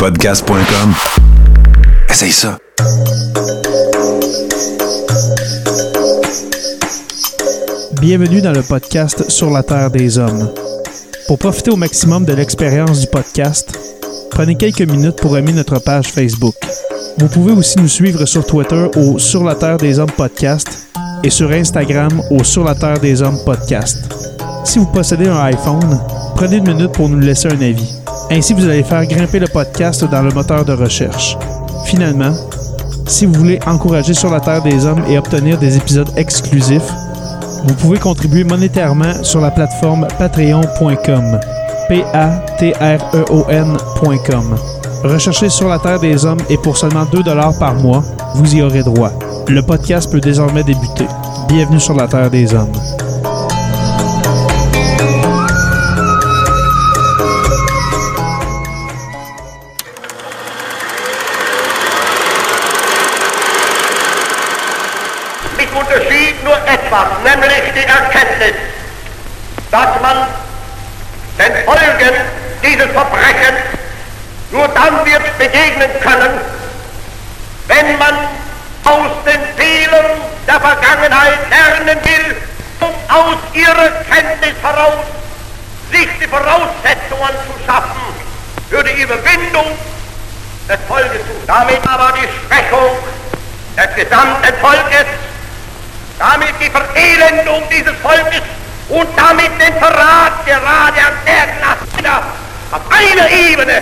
podcast.com. Essaye ça. Bienvenue dans le podcast Sur la Terre des Hommes. Pour profiter au maximum de l'expérience du podcast, prenez quelques minutes pour aimer notre page Facebook. Vous pouvez aussi nous suivre sur Twitter au Sur la Terre des Hommes podcast et sur Instagram au Sur la Terre des Hommes podcast. Si vous possédez un iPhone, prenez une minute pour nous laisser un avis. Ainsi, vous allez faire grimper le podcast dans le moteur de recherche. Finalement, si vous voulez encourager Sur la Terre des Hommes et obtenir des épisodes exclusifs, vous pouvez contribuer monétairement sur la plateforme patreon.com. patreon.com. Recherchez Sur la Terre des Hommes et pour seulement 2$ par mois, vous y aurez droit. Le podcast peut désormais débuter. Bienvenue sur la Terre des Hommes. Nämlich die Erkenntnis, dass man den Folgen dieses Verbrechens nur dann wird begegnen können, wenn man aus den Fehlern der Vergangenheit lernen will, um aus ihrer Kenntnis heraus sich die Voraussetzungen zu schaffen für die Überwindung des Volkes. Damit aber die Schwächung des gesamten Volkes, damit die Verelendung dieses Volkes und damit den Verrat gerade an der Klasse auf einer Ebene.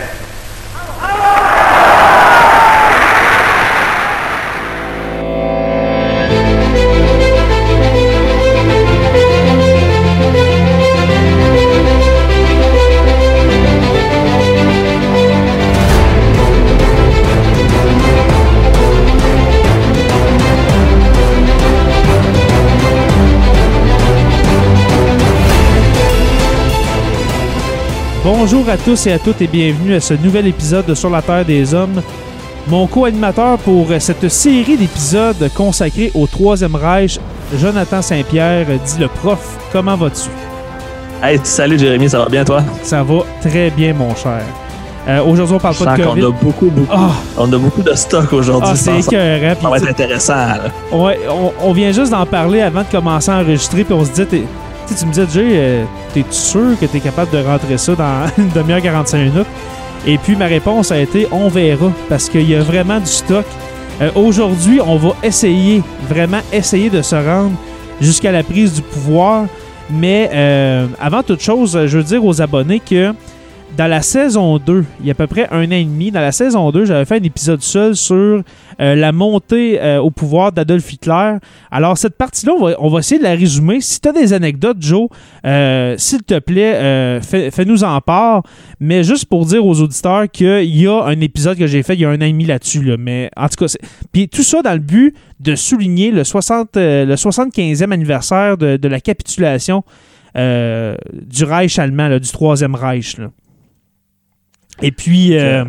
Bonjour à tous et à toutes et bienvenue à ce nouvel épisode de Sur la Terre des Hommes. Mon co-animateur pour cette série d'épisodes consacrés au Troisième Reich, Jonathan Saint-Pierre, dit le prof. Comment vas-tu? Hey, salut Jérémy, ça va bien toi? Ça va très bien mon cher. Aujourd'hui on parle pas de COVID. On a beaucoup de stock aujourd'hui. Ah, c'est écœurant. Ça va être intéressant. Là. Ouais, on vient juste d'en parler avant de commencer à enregistrer puis on se dit... Tu me disais, Jay, t'es-tu sûr que t'es capable de rentrer ça dans une demi-heure 45 minutes? Et puis, ma réponse a été, on verra, parce qu'il y a vraiment du stock. Aujourd'hui, on va vraiment essayer de se rendre jusqu'à la prise du pouvoir. Mais avant toute chose, je veux dire aux abonnés que dans la saison 2, il y a à peu près 1 an et demi, dans la saison 2, j'avais fait un épisode seul sur la montée au pouvoir d'Adolf Hitler. Alors, cette partie-là, on va essayer de la résumer. Si tu as des anecdotes, Joe, s'il te plaît, fais-nous en part. Mais juste pour dire aux auditeurs qu'il y a un épisode que j'ai fait il y a 1 an et demi là-dessus. Là. Mais en tout cas, puis tout ça dans le but de souligner le 75e anniversaire de la capitulation du Reich allemand, là, du Troisième Reich. Là. Et puis,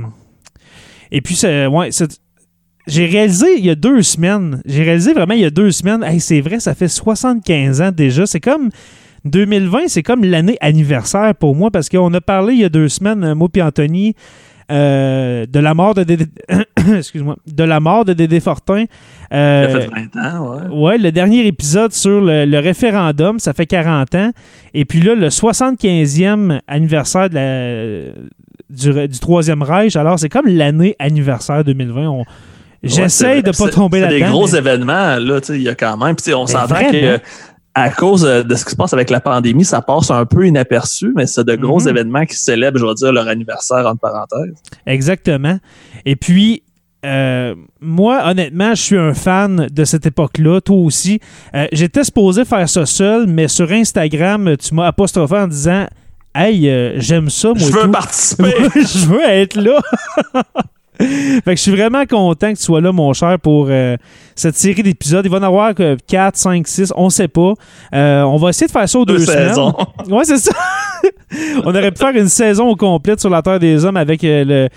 j'ai réalisé il y a 2 semaines. Hey, c'est vrai, ça fait 75 ans déjà. C'est comme 2020, c'est comme l'année anniversaire pour moi parce qu'on a parlé il y a 2 semaines, moi et Anthony, de la mort de Dédé... Excuse-moi, de la mort de Dédé Fortin. Ça fait 20 ans, ouais. Ouais, le dernier épisode sur le référendum, ça fait 40 ans. Et puis là, le 75e anniversaire du Troisième Reich. Alors, c'est comme l'année anniversaire 2020. J'essaie de ne pas tomber là-dedans. C'est des gros événements, là, tu sais, il y a quand même. Puis on s'entend que à cause de ce qui se passe avec la pandémie, ça passe un peu inaperçu, mais c'est de gros événements qui célèbrent, je vais dire, leur anniversaire entre parenthèses. Exactement. Et puis, moi, honnêtement, je suis un fan de cette époque-là. Toi aussi. J'étais supposé faire ça seul, mais sur Instagram, tu m'as apostrophé en disant « Hey, j'aime ça, moi. » Je veux participer! Je veux être là! Fait que je suis vraiment content que tu sois là, mon cher, pour cette série d'épisodes. Il va y en avoir 4, 5, 6, on sait pas. On va essayer de faire ça aux 2 semaines. Ouais, c'est ça. On aurait pu faire une saison au complète sur la Terre des Hommes avec les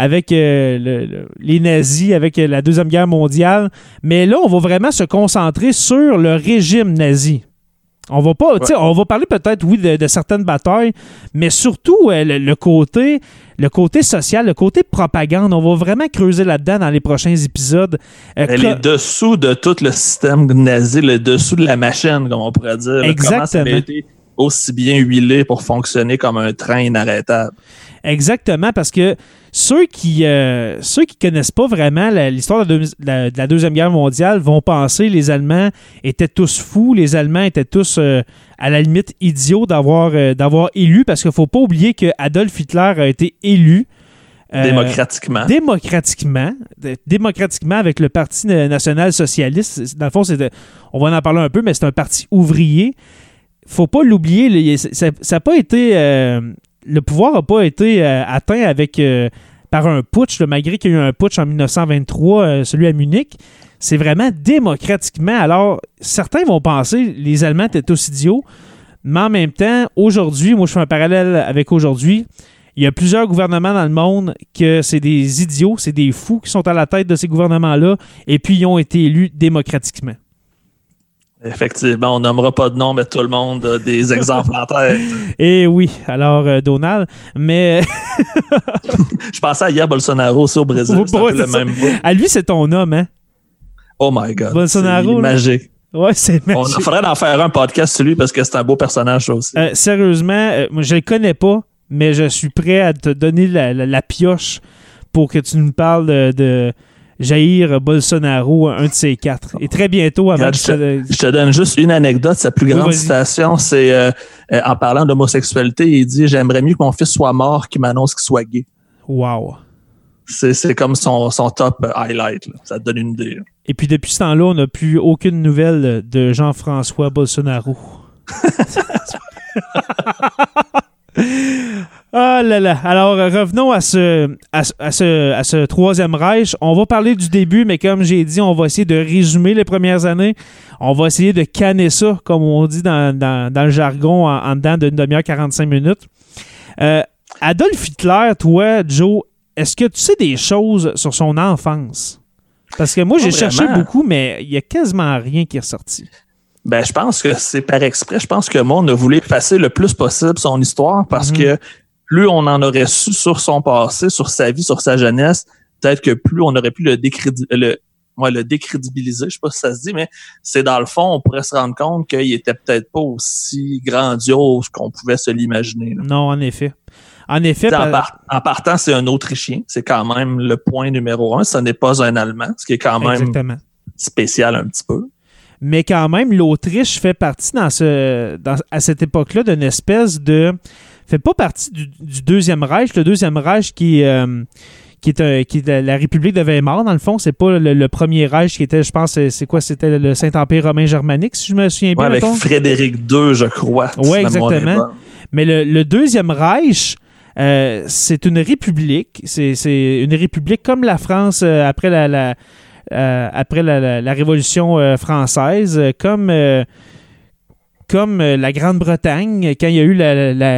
nazis, avec la Deuxième Guerre mondiale. Mais là, on va vraiment se concentrer sur le régime nazi. On va pas, on va parler peut-être, oui, de certaines batailles, mais surtout le côté social, le côté propagande. On va vraiment creuser là-dedans dans les prochains épisodes. Les dessous de tout le système nazi, le dessous de la machine, comme on pourrait dire. Exactement. Comment ça a été aussi bien huilé pour fonctionner comme un train inarrêtable. Exactement, parce que ceux qui connaissent pas vraiment l'histoire de la Deuxième Guerre mondiale vont penser que les Allemands étaient tous fous, les Allemands étaient tous à la limite idiots d'avoir élu, parce qu'il faut pas oublier que Adolf Hitler a été élu démocratiquement avec le Parti national-socialiste. Dans le fond, on va en parler un peu, mais c'est un parti ouvrier. Faut pas l'oublier, ça n'a pas été... le pouvoir n'a pas été atteint par un putsch, malgré qu'il y a eu un putsch en 1923, celui à Munich. C'est vraiment démocratiquement. Alors, certains vont penser que les Allemands étaient tous idiots, mais en même temps, aujourd'hui, moi je fais un parallèle avec aujourd'hui, il y a plusieurs gouvernements dans le monde que c'est des idiots, c'est des fous qui sont à la tête de ces gouvernements-là, et puis ils ont été élus démocratiquement. Effectivement, on nommera pas de nom, mais tout le monde a des exemples en tête. Eh oui, alors Donald, mais... Je pensais à hier Bolsonaro aussi au Brésil, c'est un peu le même bout. À lui, c'est ton homme, hein? Oh my God, Bolsonaro, c'est magique. Ouais, c'est magique. Il faudrait en faire un podcast sur lui parce que c'est un beau personnage, ça aussi. Sérieusement, moi, je le connais pas, mais je suis prêt à te donner la pioche pour que tu nous parles de Jair Bolsonaro, un de ces quatre. Et très bientôt, avant je te donne juste une anecdote. Sa plus grande citation, c'est en parlant d'homosexualité, il dit « J'aimerais mieux que mon fils soit mort qu'il m'annonce qu'il soit gay. » Wow. C'est comme son top highlight. Là. Ça te donne une idée. Là. Et puis depuis ce temps-là, on n'a plus aucune nouvelle de Jean-François Bolsonaro. Ah là là. Alors, revenons à ce Troisième Reich. On va parler du début, mais comme j'ai dit, on va essayer de résumer les premières années. On va essayer de canner ça, comme on dit dans le jargon, en dedans d'une demi-heure, 45 minutes. Adolf Hitler, toi, Joe, est-ce que tu sais des choses sur son enfance? Parce que moi, j'ai cherché beaucoup, mais il n'y a quasiment rien qui est ressorti. Ben, je pense que c'est par exprès. Je pense que le monde a voulu effacer le plus possible son histoire parce que plus on en aurait su sur son passé, sur sa vie, sur sa jeunesse, peut-être que plus on aurait pu le décrédibiliser. Je sais pas si ça se dit, mais c'est dans le fond, on pourrait se rendre compte qu'il était peut-être pas aussi grandiose qu'on pouvait se l'imaginer. Là. Non, en effet. En effet, en partant, c'est un Autrichien. C'est quand même le point numéro 1. Ce n'est pas un Allemand, ce qui est quand même spécial un petit peu. Mais quand même, l'Autriche fait partie à cette époque-là d'une espèce de... fait pas partie du Deuxième Reich. Le Deuxième Reich qui est la République de Weimar, dans le fond. C'est pas le premier Reich qui était, je pense, c'était le Saint-Empire romain germanique, si je me souviens bien. Avec Frédéric II, je crois. Oui, exactement. Mais le Deuxième Reich... c'est une république. C'est une république comme la France après la Révolution française, comme la Grande-Bretagne, quand il y a eu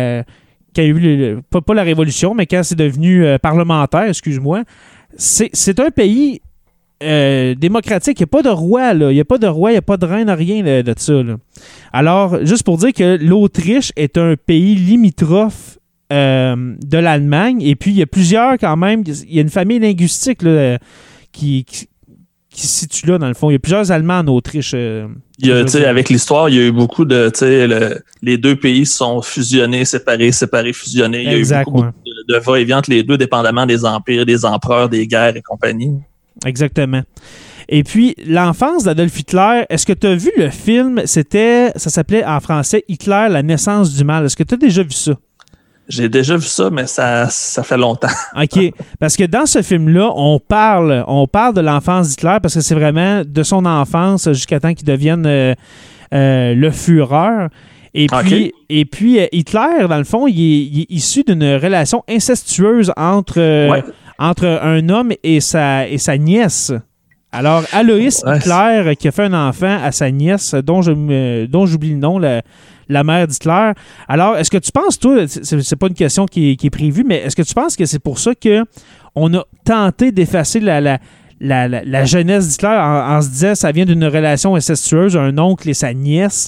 pas la Révolution, mais quand c'est devenu parlementaire, excuse-moi. C'est un pays démocratique. Il n'y a pas de roi, là. Il n'y a pas de roi, il n'y a pas de reine, rien de ça, là. Alors, juste pour dire que l'Autriche est un pays limitrophe de l'Allemagne, et puis il y a plusieurs quand même, il y a une famille linguistique là, qui se situe là dans le fond. Il y a plusieurs Allemands en Autriche. Avec l'histoire, il y a eu beaucoup de... les deux pays sont fusionnés, séparés, fusionnés. Il y a eu beaucoup de va-et-vient entre les deux, dépendamment des empires, des empereurs, des guerres et compagnie. Exactement. Et puis, l'enfance d'Adolf Hitler, est-ce que tu as vu le film? Ça s'appelait en français Hitler, la naissance du mal. Est-ce que tu as déjà vu ça? J'ai déjà vu ça, mais ça fait longtemps. OK. Parce que dans ce film-là, on parle de l'enfance d'Hitler parce que c'est vraiment de son enfance jusqu'à temps qu'il devienne le Führer. Et puis Hitler, dans le fond, il est issu d'une relation incestueuse entre un homme et sa nièce. Alors, Aloïs Hitler, qui a fait un enfant à sa nièce, dont j'oublie le nom, la mère d'Hitler. Alors, est-ce que tu penses, toi, c'est pas une question qui est prévue, mais est-ce que tu penses que c'est pour ça qu'on a tenté d'effacer la jeunesse d'Hitler en se disant que ça vient d'une relation incestueuse, un oncle et sa nièce?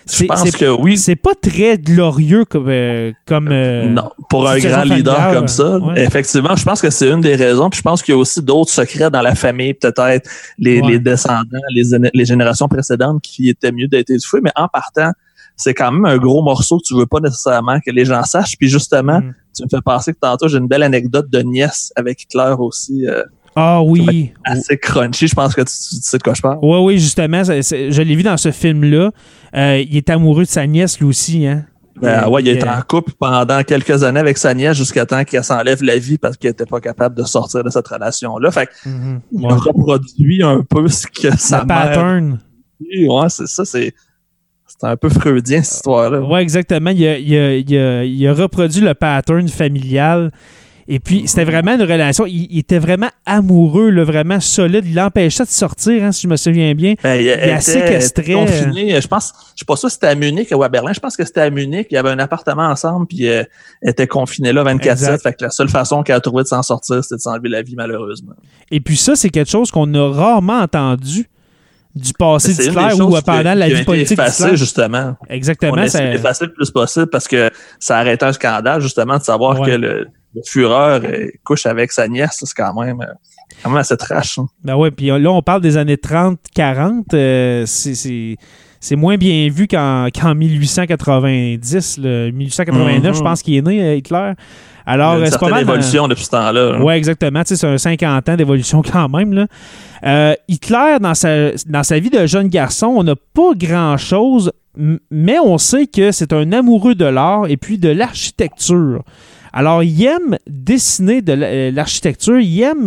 Je pense que oui. C'est pas très glorieux comme non, pour un grand leader comme ça. Ouais. Effectivement, je pense que c'est une des raisons. Puis je pense qu'il y a aussi d'autres secrets dans la famille, peut-être les descendants, les générations précédentes qui étaient mieux d'être étouffés. Mais en partant, c'est quand même un gros morceau que tu veux pas nécessairement que les gens sachent. Puis justement, tu me fais penser que tantôt, j'ai une belle anecdote de nièce avec Hitler aussi. Ah oui. Assez crunchy, je pense que tu sais de quoi je parle. Oui, justement. Je l'ai vu dans ce film-là. Il est amoureux de sa nièce, lui aussi, hein? Il était en couple pendant quelques années avec sa nièce jusqu'à temps qu'elle s'enlève la vie parce qu'il était pas capable de sortir de cette relation-là. Fait il a reproduit un peu ce que sa mère... pattern. Ouais, c'est ça, c'est un peu freudien, cette histoire-là. Oui, exactement. Il a reproduit le pattern familial. Et puis, c'était vraiment une relation. Il était vraiment amoureux, là, vraiment solide. Il l'empêchait de sortir, hein, si je me souviens bien. Il séquestrait. Confiné. Je suis pas sûr si c'était à Munich ou à Berlin. Je pense que c'était à Munich. Il y avait un appartement ensemble, puis était confiné là 24/7. Fait que la seule façon qu'elle a trouvé de s'en sortir, c'était de s'enlever la vie, malheureusement. Et puis ça, c'est quelque chose qu'on a rarement entendu du passé d'Hitler ou pendant la vie politique d'Hitler. Justement. Exactement. On essaie d'effacer le plus possible parce que ça arrêtait un scandale, justement, de savoir que le Führer couche avec sa nièce. C'est quand même assez trash. Hein. Ben oui, puis là, on parle des années 30-40. C'est moins bien vu qu'en 1890. 1889, je pense qu'il est né, Hitler. Alors, c'est pas mal. D'évolution depuis ce temps-là. Oui, exactement. C'est un 50 ans d'évolution quand même. Là. Hitler, dans sa vie de jeune garçon, on n'a pas grand-chose, mais on sait que c'est un amoureux de l'art et puis de l'architecture. Alors, il aime dessiner de l'architecture, il aime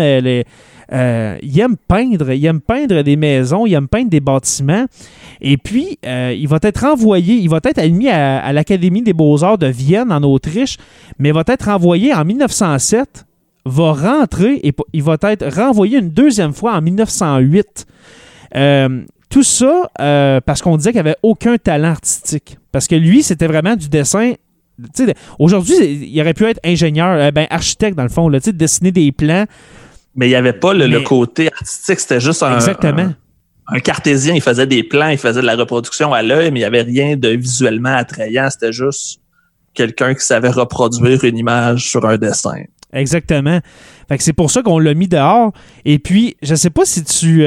peindre des maisons, il aime peindre des bâtiments. Et puis, il va être renvoyé, il va être admis à l'Académie des Beaux-Arts de Vienne, en Autriche, mais il va être renvoyé en 1907, va rentrer et il va être renvoyé une deuxième fois en 1908. Tout ça parce qu'on disait qu'il n'avait aucun talent artistique. Parce que lui, c'était vraiment du dessin. Aujourd'hui, il aurait pu être ingénieur, architecte dans le fond, là, dessiner des plans. Mais il n'y avait pas le côté artistique, c'était juste un cartésien. Il faisait des plans, il faisait de la reproduction à l'œil, mais il n'y avait rien de visuellement attrayant. C'était juste quelqu'un qui savait reproduire une image sur un dessin. Exactement. Fait que c'est pour ça qu'on l'a mis dehors. Et puis, je ne sais pas si tu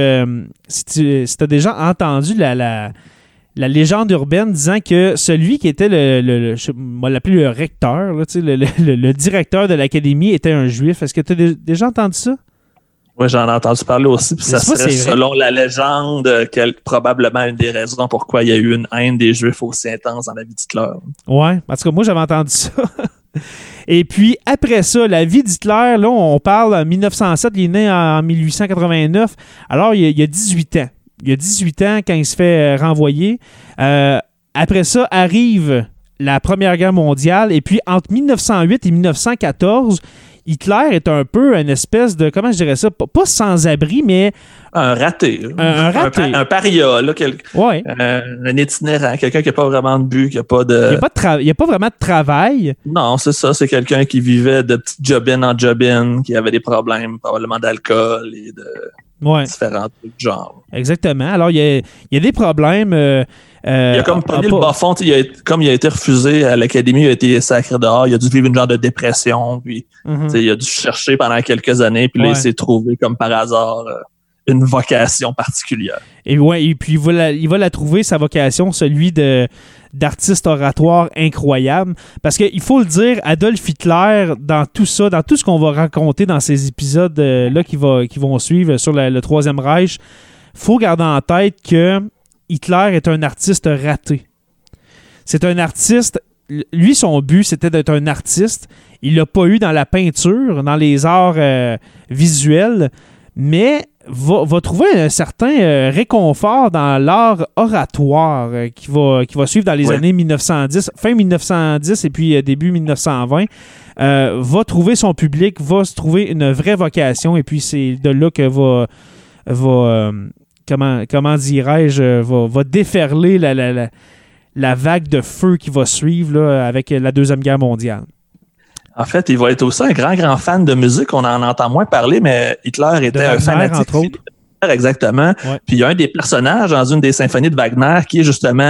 as déjà entendu la légende urbaine disant que celui qui était je vais l'appeler le recteur, là, le directeur de l'académie était un juif. Est-ce que tu as déjà entendu ça? Oui, j'en ai entendu parler aussi. Puis ça serait, selon la légende, probablement une des raisons pourquoi il y a eu une haine des Juifs aussi intense dans la vie d'Hitler. Oui, en tout cas, moi, j'avais entendu ça. Et puis, après ça, la vie d'Hitler, là, on parle en 1907, il est né en 1889. Alors, il a 18 ans. Il a 18 ans quand il se fait renvoyer. Après ça, arrive la Première Guerre mondiale. Et puis, entre 1908 et 1914, Hitler est un peu une espèce de, comment je dirais ça, pas sans-abri, mais... Un raté. Un raté. Un paria, là, un itinérant, quelqu'un qui n'a pas vraiment de but, qui n'a pas de... Il n'y a pas vraiment de travail. Non, c'est ça, c'est quelqu'un qui vivait de petites job-in en job-in, qui avait des problèmes, probablement d'alcool et de différents trucs de genre. Exactement. Alors, il y a des problèmes... il a comme pogné le bas fond, comme il a été refusé à l'académie, il a été sacré dehors, il a dû vivre une genre de dépression, puis il a dû chercher pendant quelques années, puis là, il s'est trouvé comme par hasard une vocation particulière. Et puis il va la trouver, sa vocation, celui d'artiste oratoire incroyable, parce qu'il faut le dire, Adolf Hitler, dans tout ça, dans tout ce qu'on va raconter dans ces épisodes-là qui vont suivre sur le Troisième Reich, il faut garder en tête que Hitler est un artiste raté. C'est un artiste... Lui, son but, c'était d'être un artiste. Il l'a pas eu dans la peinture, dans les arts visuels, mais va trouver un certain réconfort dans l'art oratoire qui va suivre dans les années 1910, fin 1910 et puis début 1920. Va trouver son public, va se trouver une vraie vocation, et puis c'est de là que comment dirais-je, va déferler la vague de feu qui va suivre là, avec la Deuxième Guerre mondiale. En fait, il va être aussi un grand fan de musique. On en entend moins parler, mais Hitler était un fanatique. Entre autres. Exactement. Ouais. Puis il y a un des personnages dans une des symphonies de Wagner qui est justement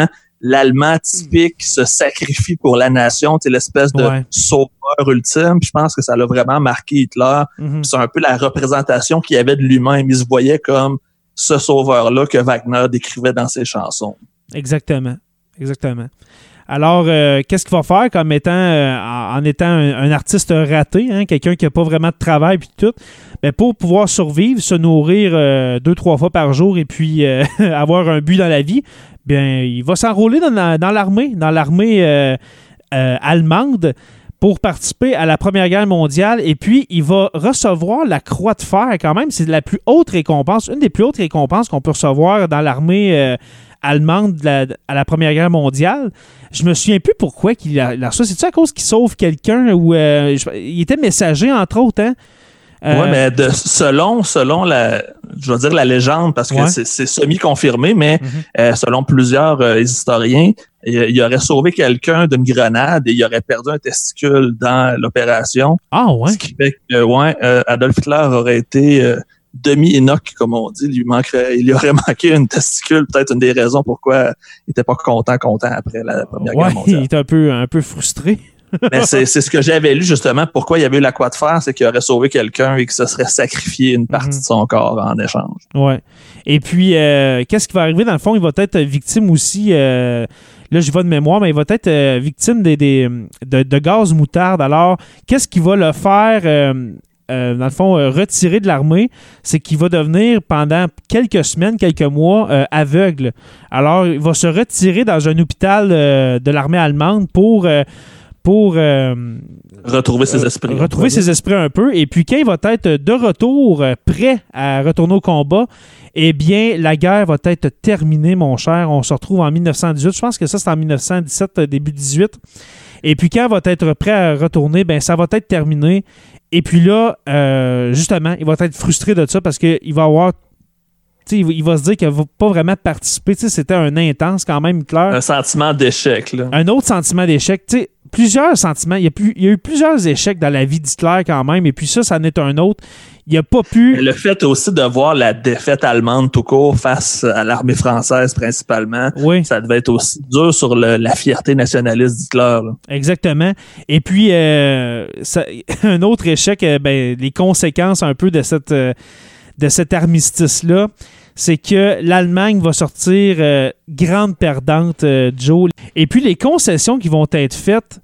l'Allemand typique qui se sacrifie pour la nation, tu sais, l'espèce de sauveur ultime. Puis je pense que ça l'a vraiment marqué Hitler. C'est un peu la représentation qu'il y avait de lui-même. Il se voyait comme ce sauveur-là que Wagner décrivait dans ses chansons. Exactement. Alors, qu'est-ce qu'il va faire comme étant, en étant un artiste raté, hein, quelqu'un qui n'a pas vraiment de travail puis tout, ben pour pouvoir survivre, se nourrir 2-3 fois par jour et puis avoir un but dans la vie, bien, il va s'enrôler dans l'armée allemande pour participer à la Première Guerre mondiale et puis il va recevoir la Croix de fer quand même. C'est la plus haute récompense, une des plus hautes récompenses qu'on peut recevoir dans l'armée allemande à la Première Guerre mondiale. Je me souviens plus pourquoi qu'il a reçu. C'est-tu à cause qu'il sauve quelqu'un ou il était messager, entre autres, hein? Oui, mais selon la légende, parce que c'est semi-confirmé, mais selon plusieurs historiens, il aurait sauvé quelqu'un d'une grenade et il aurait perdu un testicule dans l'opération. Ah ouais? Ce qui fait que Adolf Hitler aurait été demi-Enoch, comme on dit. Il lui aurait manqué une testicule, peut-être une des raisons pourquoi il était pas content après la Première Guerre mondiale. Il était un peu frustré. Mais c'est ce que j'avais lu justement. Pourquoi il y avait eu la croix de fer, c'est qu'il aurait sauvé quelqu'un et qu'il se serait sacrifié une partie de son corps en échange. Ouais. Et puis, qu'est-ce qui va arriver? Dans le fond, il va être victime aussi, là je vais de mémoire, mais il va être victime de gaz moutarde. Alors, qu'est-ce qui va le faire, dans le fond, retirer de l'armée? C'est qu'il va devenir, pendant quelques semaines, quelques mois, aveugle. Alors, il va se retirer dans un hôpital de l'armée allemande pour retrouver ses esprits. Retrouver ses esprits un peu. Et puis, quand il va être de retour, prêt à retourner au combat, eh bien, la guerre va être terminée, mon cher. On se retrouve en 1918. Je pense que ça, c'est en 1917, début 18. Et puis, quand il va être prêt à retourner, ben ça va être terminé. Et puis là, justement, il va être frustré de ça parce qu'il va avoir... il va se dire qu'il ne va pas vraiment participer. C'était un intense quand même, Hitler. Un sentiment d'échec. Là. Un autre sentiment d'échec. Plusieurs sentiments. Il y a eu plusieurs échecs dans la vie d'Hitler quand même. Et puis ça en est un autre. Il n'a pas pu... Le fait aussi de voir la défaite allemande tout court face à l'armée française principalement, ça devait être aussi dur sur la fierté nationaliste d'Hitler. Là. Exactement. Et puis, un autre échec, les conséquences un peu de cet armistice-là, c'est que l'Allemagne va sortir grande perdante, Joe. Et puis, les concessions qui vont être faites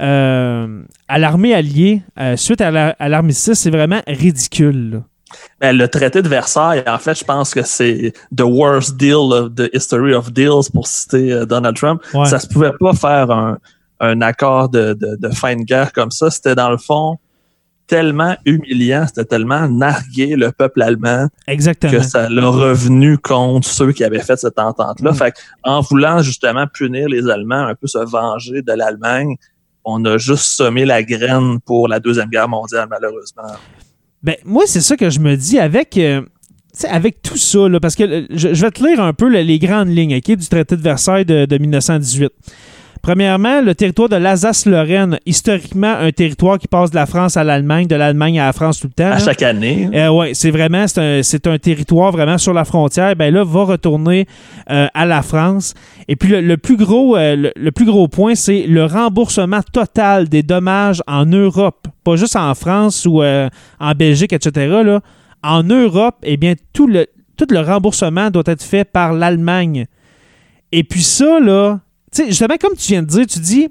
à l'armée alliée suite à l'armistice, c'est vraiment ridicule. Ben, le traité de Versailles, en fait, je pense que c'est the worst deal of the history of deals, pour citer Donald Trump. Ouais. Ça se pouvait pas faire un accord de fin de guerre comme ça. C'était, dans le fond, tellement humiliant, c'était tellement narguer le peuple allemand. Exactement. Que ça l'a revenu contre ceux qui avaient fait cette entente-là. Fait en voulant justement punir les Allemands, un peu se venger de l'Allemagne, on a juste semé la graine pour la Deuxième Guerre mondiale, malheureusement. Ben, moi, c'est ça que je me dis avec tout ça, là, parce que je vais te lire un peu les grandes lignes, okay, du traité de Versailles de 1918. Premièrement, le territoire de l'Alsace-Lorraine, historiquement un territoire qui passe de la France à l'Allemagne, de l'Allemagne à la France tout le temps. À chaque année. Oui, c'est un territoire vraiment sur la frontière. Ben là, va retourner à la France. Et puis le plus gros point, c'est le remboursement total des dommages en Europe, pas juste en France ou en Belgique, etc. Là. En Europe, eh bien, tout le remboursement doit être fait par l'Allemagne. Et puis ça, là, tu sais, justement, comme tu viens de dire, tu dis,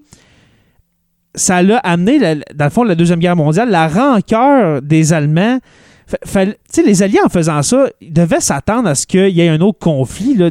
ça l'a amené, dans le fond, la Deuxième Guerre mondiale, la rancœur des Allemands. Tu sais, les Alliés, en faisant ça, ils devaient s'attendre à ce qu'il y ait un autre conflit. Là.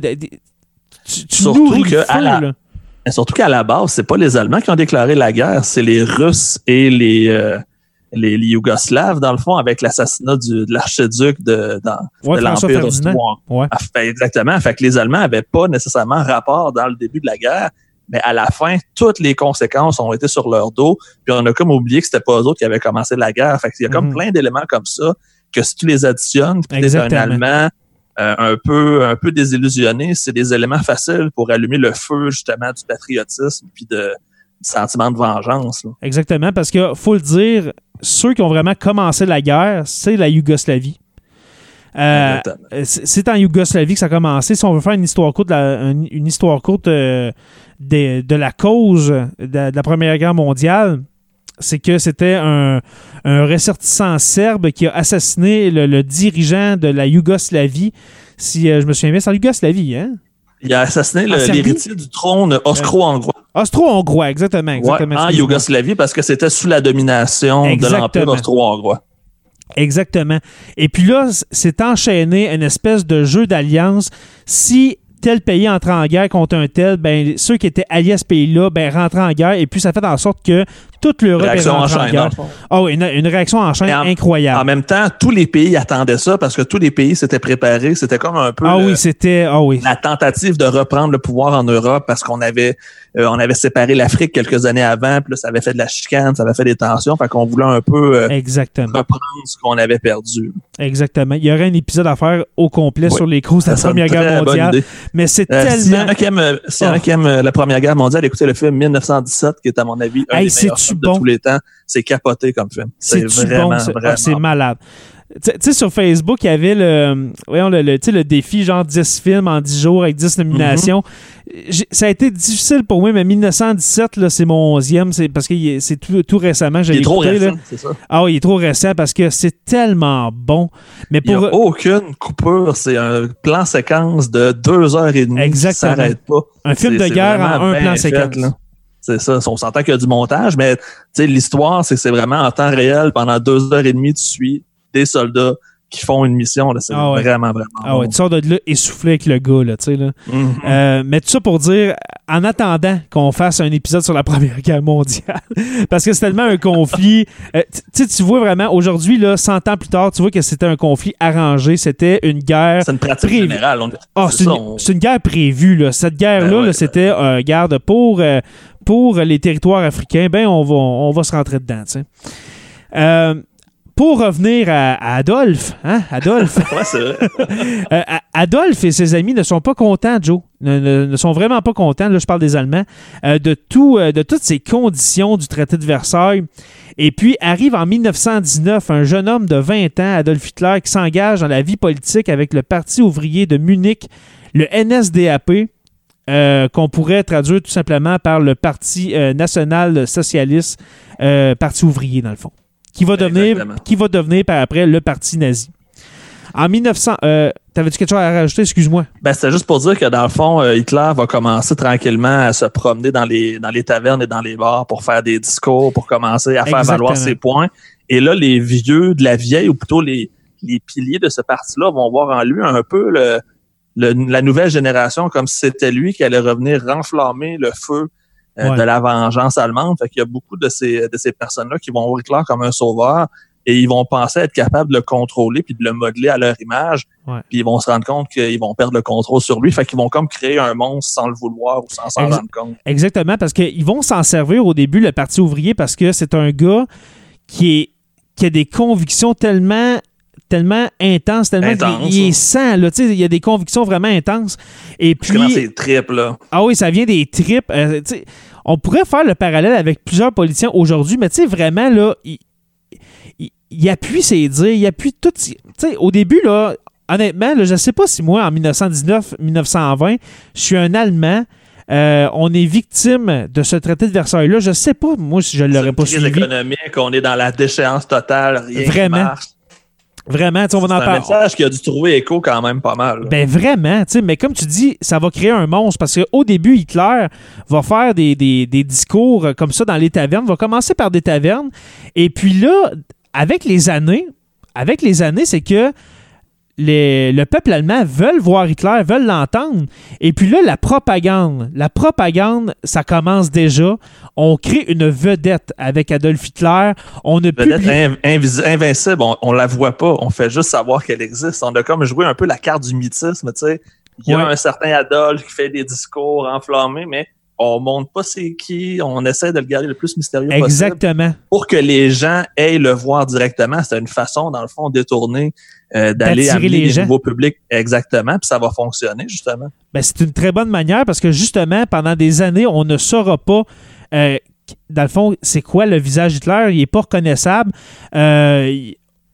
Surtout qu'à la base, c'est pas les Allemands qui ont déclaré la guerre, c'est les Russes et les Yougoslaves, dans le fond, avec l'assassinat de l'archiduc de l'Empire ottoman. Ouais. Exactement. Fait que les Allemands n'avaient pas nécessairement rapport dans le début de la guerre, mais à la fin, toutes les conséquences ont été sur leur dos. Puis on a comme oublié que c'était pas eux autres qui avaient commencé la guerre. Fait qu'il y a comme plein d'éléments comme ça que si tu les additionnes, puis t'es un Allemand un peu désillusionné, c'est des éléments faciles pour allumer le feu justement du patriotisme puis du sentiment de vengeance. Là. Exactement, parce que faut le dire, ceux qui ont vraiment commencé la guerre, c'est la Yougoslavie. C'est en Yougoslavie que ça a commencé. Si on veut faire une histoire courte, une histoire courte de la cause de la Première Guerre mondiale, c'est que c'était un ressortissant serbe qui a assassiné le dirigeant de la Yougoslavie. Si je me souviens bien, c'est en Yougoslavie, hein? Il a assassiné l'héritier du trône austro-hongrois. Austro-hongrois, exactement. Ouais, en Yougoslavie, parce que c'était sous la domination de l'Empire austro-hongrois. Exactement. Et puis là, c'est enchaîné une espèce de jeu d'alliance. Si tel pays entrait en guerre contre un tel, ben ceux qui étaient alliés à ce pays-là, ben rentraient en guerre. Et puis ça fait en sorte que toute l'Europe est rentrée en guerre. Ah oui, une réaction en chaîne incroyable. En même temps, tous les pays attendaient ça parce que tous les pays s'étaient préparés. C'était comme un peu la tentative de reprendre le pouvoir en Europe parce qu'on avait séparé l'Afrique quelques années avant. Puis là, ça avait fait de la chicane, ça avait fait des tensions. Fait qu'on voulait un peu reprendre ce qu'on avait perdu. Exactement. Il y aurait un épisode à faire au complet sur les causes de la Première Guerre mondiale. Mais c'est tellement... Si y en a qui aiment la Première Guerre mondiale, écoutez le film 1917 qui est à mon avis un des meilleurs films de tous les temps. C'est capoté comme film. C'est vraiment, vraiment... c'est malade. Tu sais, sur Facebook, il y avait le défi genre 10 films en 10 jours avec 10 nominations. Ça a été difficile pour moi, mais 1917, là, c'est mon 11e. C'est parce que c'est tout récemment. Il est trop récent, c'est ça? Ah oui, il est trop récent parce que c'est tellement bon. Mais il n'y a aucune coupure. C'est un plan séquence de 2h30. Exactement. Ça s'arrête pas. Un film de guerre en un plan séquence. Là. C'est ça. On s'entend qu'il y a du montage, mais l'histoire, c'est vraiment en temps réel. Pendant 2h30, tu suis des soldats qui font une mission. Là, c'est vraiment bon. Ouais, tu sors de là essoufflé avec le gars. Là, tu sais, là. Mais tout ça pour dire, en attendant qu'on fasse un épisode sur la Première Guerre mondiale, parce que c'est tellement un conflit... tu vois vraiment, aujourd'hui, là, 100 ans plus tard, tu vois que c'était un conflit arrangé. C'était une guerre... C'est une pratique générale. C'est une guerre prévue. Là. Cette guerre-là, c'était une guerre pour les territoires africains. Ben, on va se rentrer dedans. Tu sais. Pour revenir à Adolphe, hein, Adolphe. Ouais, c'est vrai. Adolphe et ses amis ne sont pas contents, Joe. Ne sont vraiment pas contents, là je parle des Allemands, de toutes ces conditions du traité de Versailles. Et puis arrive en 1919 un jeune homme de 20 ans, Adolf Hitler, qui s'engage dans la vie politique avec le Parti ouvrier de Munich, le NSDAP, qu'on pourrait traduire tout simplement par le Parti national-socialiste, Parti ouvrier dans le fond. Qui va devenir par après le parti nazi. En 1900... t'avais-tu quelque chose à rajouter? Excuse-moi. Ben, c'était juste pour dire que dans le fond, Hitler va commencer tranquillement à se promener dans les tavernes et dans les bars pour faire des discours, pour commencer à faire valoir ses points. Et là, les vieux de la vieille, ou plutôt les piliers de ce parti-là, vont voir en lui un peu la nouvelle génération, comme si c'était lui qui allait revenir renflammer le feu de la vengeance allemande. Fait qu'il y a beaucoup de ces personnes-là qui vont voir Hitler comme un sauveur et ils vont penser être capables de le contrôler puis de le modeler à leur image. Ouais. Puis ils vont se rendre compte qu'ils vont perdre le contrôle sur lui. Fait qu'ils vont comme créer un monstre sans le vouloir ou sans s'en rendre compte. Exactement, parce qu'ils vont s'en servir au début, le Parti ouvrier, parce que c'est un gars qui a des convictions tellement intense, il est sang, là, tu sais, il y a des convictions vraiment intenses. Et puis dans ses tripes, là. Ah oui, ça vient des tripes. Tu sais, on pourrait faire le parallèle avec plusieurs politiciens aujourd'hui, mais tu sais, vraiment, là, il appuie ses dires, il appuie tout. Tu sais, au début, là, honnêtement, là, je ne sais pas si moi, en 1919-1920, je suis un Allemand. On est victime de ce traité de Versailles-là. Je ne sais pas, moi, si je ne l'aurais pas suivi. C'est une crise économique, on est dans la déchéance totale, rien vraiment. Qui marche. Vraiment, on va en parler. C'est un message qui a dû trouver écho quand même pas mal. Là. Ben vraiment, mais comme tu dis, ça va créer un monstre parce qu'au début, Hitler va faire des discours comme ça dans les tavernes, va commencer par des tavernes, et puis là, avec les années, c'est que le peuple allemand veut voir Hitler, veut l'entendre. Et puis là, la propagande, ça commence déjà. On crée une vedette avec Adolf Hitler. On ne vedette invincible, on la voit pas. On fait juste savoir qu'elle existe. On a comme joué un peu la carte du mythisme, tu sais. Il y a un certain Adolf qui fait des discours enflammés, mais on montre pas c'est qui, on essaie de le garder le plus mystérieux possible. Exactement. Pour que les gens aillent le voir directement. C'est une façon, dans le fond, détournée d'aller amener les nouveaux publics. Exactement, puis ça va fonctionner, justement. Ben, c'est une très bonne manière parce que, justement, pendant des années, on ne saura pas, dans le fond, c'est quoi le visage Hitler. Il n'est pas reconnaissable.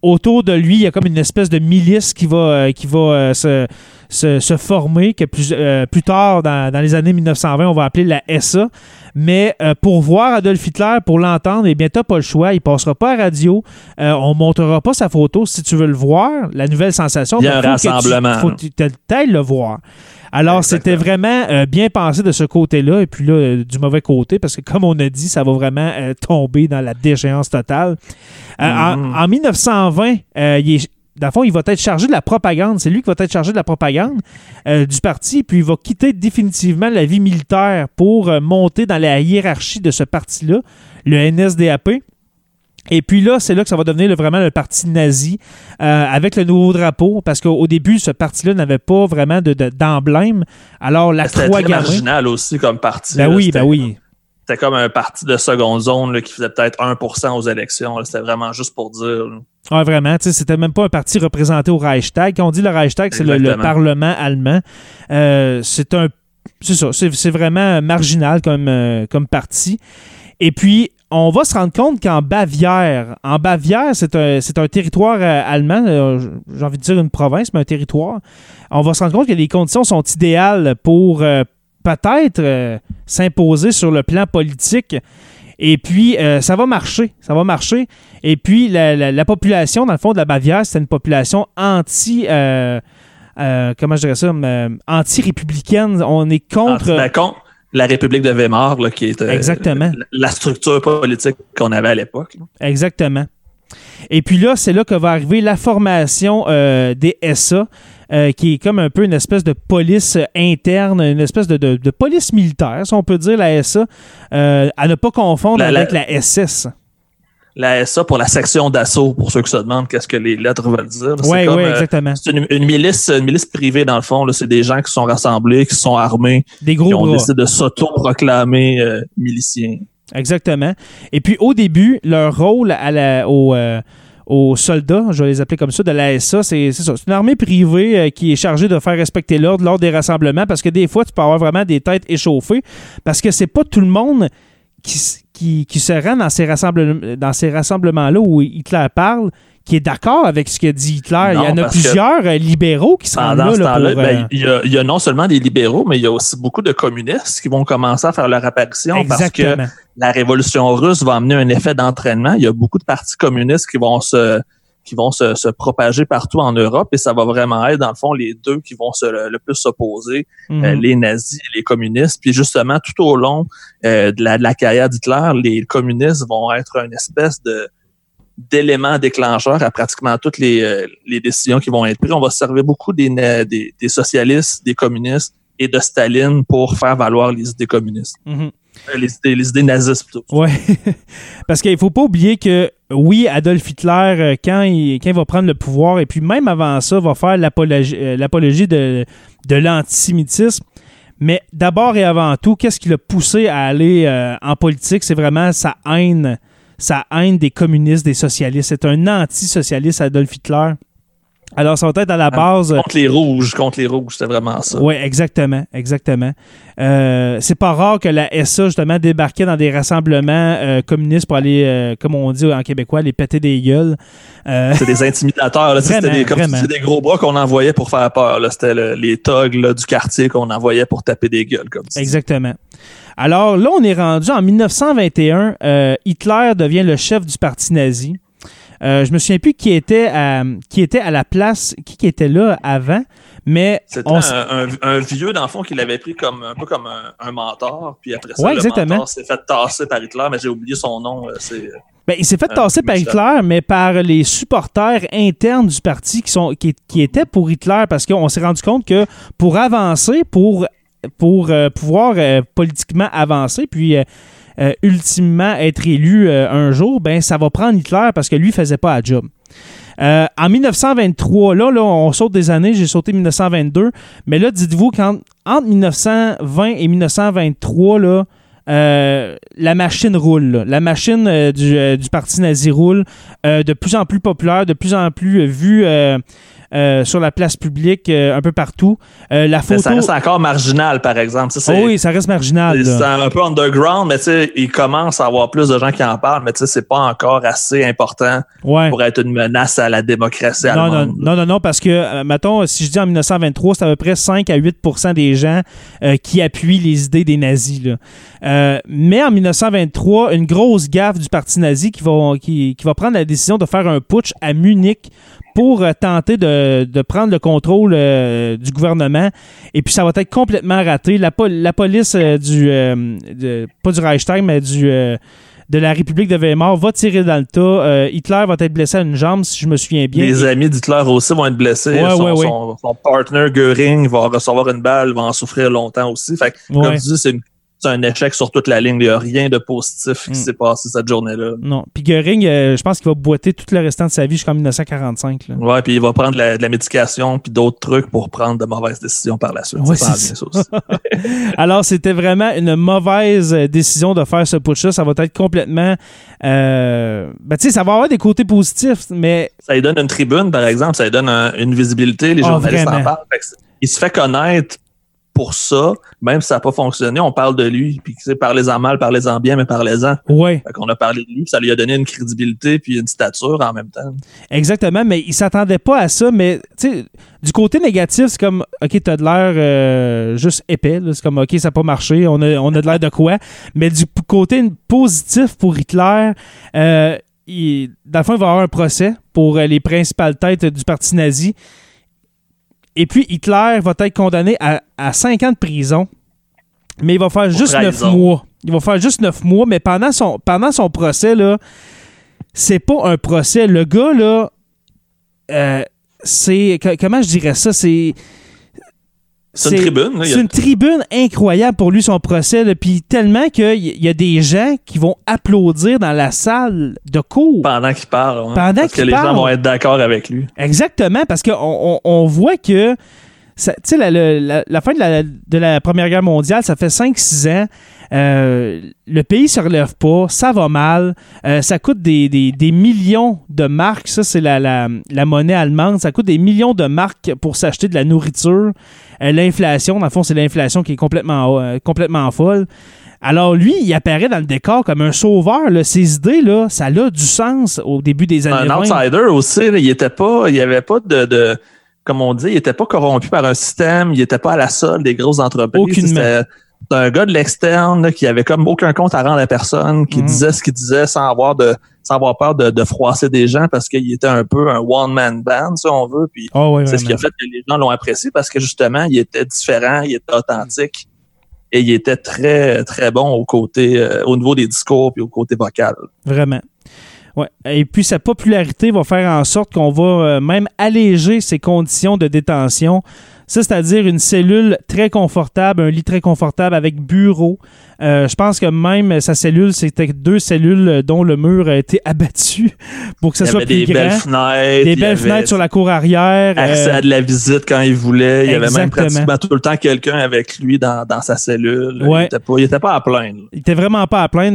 autour de lui, il y a comme une espèce de milice qui va se former, que plus tard, dans les années 1920, on va appeler la SA. Mais pour voir Adolf Hitler, pour l'entendre, eh bien, t'as pas le choix. Il passera pas à la radio. On montrera pas sa photo. Si tu veux le voir, la nouvelle sensation, il y a un rassemblement. Faut que tu ailles le voir. Alors, exactement. C'était vraiment bien pensé de ce côté-là, et puis là, du mauvais côté, parce que comme on a dit, ça va vraiment tomber dans la déchéance totale. En 1920, dans le fond, il va être chargé de la propagande. C'est lui qui va être chargé de la propagande du parti, puis il va quitter définitivement la vie militaire pour monter dans la hiérarchie de ce parti-là, le NSDAP. Et puis là, c'est là que ça va devenir vraiment le parti nazi avec le nouveau drapeau, parce qu'au début, ce parti-là n'avait pas vraiment d'emblème. Alors, la Croix gammée... C'était très marginal aussi comme parti. Ben oui. C'était comme un parti de seconde zone là, qui faisait peut-être 1% aux élections. Là. C'était vraiment juste pour dire. Oui, vraiment. C'était même pas un parti représenté au Reichstag. Quand on dit le Reichstag, c'est le Parlement allemand. C'est ça. C'est vraiment marginal comme parti. Et puis, on va se rendre compte qu'en Bavière, c'est un territoire allemand, j'ai envie de dire une province, mais un territoire. On va se rendre compte que les conditions sont idéales pour peut-être s'imposer sur le plan politique. Et puis, ça va marcher. Et puis, la population, dans le fond, de la Bavière, c'était une population anti-républicaine. On est contre... La République de Weimar, là, qui est la structure politique qu'on avait à l'époque. Exactement. Et puis là, c'est là que va arriver la formation des SA, qui est comme un peu une espèce de police interne, une espèce de police militaire, si on peut dire, la SA, à ne pas confondre avec la SS. La SA pour la section d'assaut, pour ceux qui se demandent qu'est-ce que les lettres veulent dire. Oui, exactement. C'est une milice privée, dans le fond. Là, c'est des gens qui sont rassemblés, qui sont armés, qui ont décidé de s'auto-proclamer miliciens. Exactement. Et puis, au début, leur rôle aux soldats, je vais les appeler comme ça, de la SA, c'est ça. C'est une armée privée qui est chargée de faire respecter l'ordre lors des rassemblements, parce que des fois, tu peux avoir vraiment des têtes échauffées, parce que c'est pas tout le monde qui se rend dans ces rassemblements-là où Hitler parle, qui est d'accord avec ce que dit Hitler. Il y en a plusieurs libéraux qui sont là. Il y a non seulement des libéraux, mais il y a aussi beaucoup de communistes qui vont commencer à faire leur apparition. Exactement. Parce que la révolution russe va amener un effet d'entraînement. Il y a beaucoup de partis communistes qui vont se propager partout en Europe, et ça va vraiment être, dans le fond, les deux qui vont le plus s'opposer, les nazis et les communistes. Puis justement, tout au long de la carrière d'Hitler, les communistes vont être une espèce d'élément déclencheur à pratiquement toutes les décisions qui vont être prises. On va se servir beaucoup des socialistes, des communistes et de Staline pour faire valoir les idées communistes. Les idées nazistes, plutôt. Oui, parce qu'il ne faut pas oublier que, oui, Adolf Hitler, quand il va prendre le pouvoir, et puis même avant ça, va faire l'apologie de l'antisémitisme, mais d'abord et avant tout, qu'est-ce qui l'a poussé à aller en politique? C'est vraiment sa haine des communistes, des socialistes. C'est un anti-socialiste, Adolf Hitler. Alors, ça va être à la base... Contre les rouges, c'était vraiment ça. Oui, exactement. C'est pas rare que la SA, justement, débarquait dans des rassemblements communistes pour aller, comme on dit en québécois, les péter des gueules. C'est des intimidateurs. Là, c'était des gros bras qu'on envoyait pour faire peur. Là. C'était les thugs là, du quartier qu'on envoyait pour taper des gueules. Comme ça. Exactement. Alors là, on est rendu en 1921. Hitler devient le chef du parti nazi. Je me souviens plus qui était à la place, qui était là avant, mais... C'était un vieux, dans le fond, qui l'avait pris un peu comme un mentor, puis après ça, mentor s'est fait tasser par Hitler, mais j'ai oublié son nom. Il s'est fait tasser par Hitler, mais par les supporters internes du parti qui étaient pour Hitler, parce qu'on s'est rendu compte que pour avancer, pour pouvoir politiquement avancer, puis... ultimement être élu un jour, ça va prendre Hitler parce que lui ne faisait pas la job. En 1923, là, on saute des années, j'ai sauté 1922, mais là, dites-vous qu'entre 1920 et 1923, là, la machine roule. Là. La machine du parti nazi roule, de plus en plus populaire, de plus en plus vue sur la place publique, un peu partout. La photo... Mais ça reste encore marginal, par exemple. Oui, ça reste marginal. C'est un peu underground, mais tu sais, il commence à avoir plus de gens qui en parlent, mais tu sais, c'est pas encore assez important pour être une menace à la démocratie allemande. Non, parce que, mettons, si je dis en 1923, c'est à peu près 5 à 8% des gens qui appuient les idées des nazis. Là. Mais en 1923, une grosse gaffe du parti nazi qui va prendre la décision de faire un putsch à Munich pour tenter de prendre le contrôle du gouvernement. Et puis, ça va être complètement raté. La police pas du Reichstag, mais de la République de Weimar va tirer dans le tas. Hitler va être blessé à une jambe, si je me souviens bien. Les amis d'Hitler aussi vont être blessés. Son partner Göring va recevoir une balle, va en souffrir longtemps aussi. Fait que, comme tu dis, c'est un échec sur toute la ligne. Il n'y a rien de positif qui s'est passé cette journée-là. Non. Puis Göring, je pense qu'il va boiter tout le restant de sa vie jusqu'en 1945. Là. Ouais, puis il va prendre de la médication puis d'autres trucs pour prendre de mauvaises décisions par la suite. Ouais, c'est ça aussi. Alors, c'était vraiment une mauvaise décision de faire ce putsch-là. Ça va être complètement... tu sais, ça va avoir des côtés positifs, mais... Ça lui donne une tribune, par exemple. Ça lui donne une visibilité. Les journalistes en parlent. Il se fait connaître pour ça, même si ça n'a pas fonctionné, on parle de lui, puis parlez-en mal, parlez-en bien, mais parlez-en. Oui. Fait qu'on a parlé de lui, ça lui a donné une crédibilité puis une stature en même temps. Exactement, mais il s'attendait pas à ça, mais tu sais, du côté négatif, c'est comme, OK, t'as de l'air juste épais, là. C'est comme, OK, ça n'a pas marché, on a de l'air de quoi, mais du côté positif pour Hitler, dans le fond, il va y avoir un procès pour les principales têtes du parti nazi. Et puis, Hitler va être condamné à 5 ans de prison, mais il va faire juste 9 mois. Il va faire juste 9 mois, mais pendant son procès, là, c'est pas un procès. Le gars, là, c'est... Comment je dirais ça? C'est une tribune. Là, c'est une tribune incroyable pour lui, son procès. Là, puis tellement qu'il y a des gens qui vont applaudir dans la salle de cours. Pendant qu'il parle. Hein, parce que les gens vont être d'accord avec lui. Exactement, parce qu'on voit que tu sais, la fin de la Première Guerre mondiale, ça fait 5-6 ans. Le pays se relève pas, ça va mal, ça coûte des millions de marks, ça c'est la monnaie allemande, ça coûte des millions de marks pour s'acheter de la nourriture. L'inflation, dans le fond, c'est l'inflation qui est complètement folle. Alors lui, il apparaît dans le décor comme un sauveur. Là. Ses idées, là, ça a du sens au début des années 20. Un outsider aussi, là, il n'y avait pas de comme on dit, il n'était pas corrompu par un système, il n'était pas à la solde des grosses entreprises. C'était un gars de l'externe là, qui avait comme aucun compte à rendre à personne, qui disait ce qu'il disait sans avoir peur de froisser des gens parce qu'il était un peu un one-man band, si on veut. Puis c'est ce qui a fait que les gens l'ont apprécié parce que justement, il était différent, il était authentique et il était très, très bon au niveau des discours puis au côté vocal. Vraiment. Ouais. Et puis, sa popularité va faire en sorte qu'on va même alléger ses conditions de détention. Ça, c'est-à-dire une cellule très confortable, un lit très confortable avec bureau. Je pense que même sa cellule, c'était 2 cellules dont le mur a été abattu pour que ça soit plus grand. Des belles fenêtres sur la cour arrière. Accès à de la visite quand il voulait. Il y avait même pratiquement tout le temps quelqu'un avec lui dans sa cellule. Ouais. Il était pas à plaindre. Il était vraiment pas à plaindre.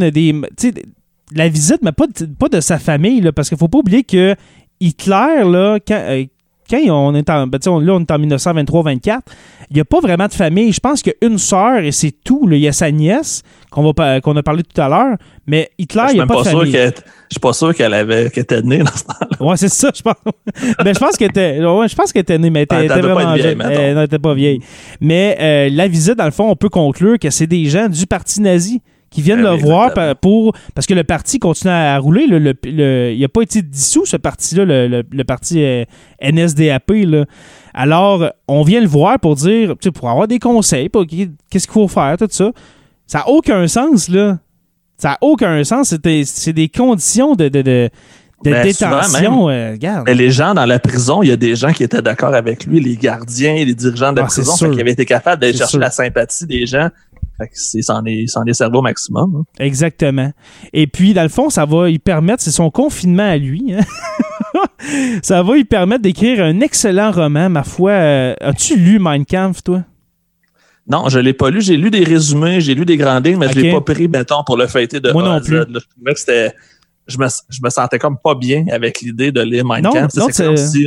La visite, mais pas de sa famille, là, parce qu'il faut pas oublier que Hitler, là, quand on est en 1923-24, il n'y a pas vraiment de famille. Je pense qu'il y a une sœur et c'est tout. Là. Il y a sa nièce qu'on a parlé tout à l'heure, mais Hitler, il n'y a pas de famille. Je suis pas sûr qu'elle était née dans ce temps-là. Ouais, c'est ça, je pense. Mais je pense qu'elle était née, mais elle était vraiment jeune. Elle n'était pas vieille. Mais la visite, dans le fond, on peut conclure que c'est des gens du parti nazi qui viennent le voir parce que le parti continue à rouler. Il n'a pas été dissous, ce parti-là, le parti NSDAP. Là. Alors, on vient le voir pour dire, pour avoir des conseils, pour qu'est-ce qu'il faut faire, tout ça. Ça n'a aucun sens, là. Ça n'a aucun sens. C'est des conditions de détention. Regarde. Mais les gens dans la prison, il y a des gens qui étaient d'accord avec lui, les gardiens, les dirigeants de la prison, qui avaient été capables d'aller chercher la sympathie des gens. Fait que c'en est servi au maximum. Hein. Exactement. Et puis, dans le fond, ça va lui permettre, c'est son confinement à lui, hein? Ça va lui permettre d'écrire un excellent roman, ma foi. As-tu lu Mein Kampf, toi? Non, je l'ai pas lu. J'ai lu des résumés, j'ai lu des grandes lignes, mais je l'ai pas pris, mettons, pour le feuilleter de moi non plus. Je trouvais que c'était... Je me sentais comme pas bien avec l'idée de lire Mein Kampf. C'est comme si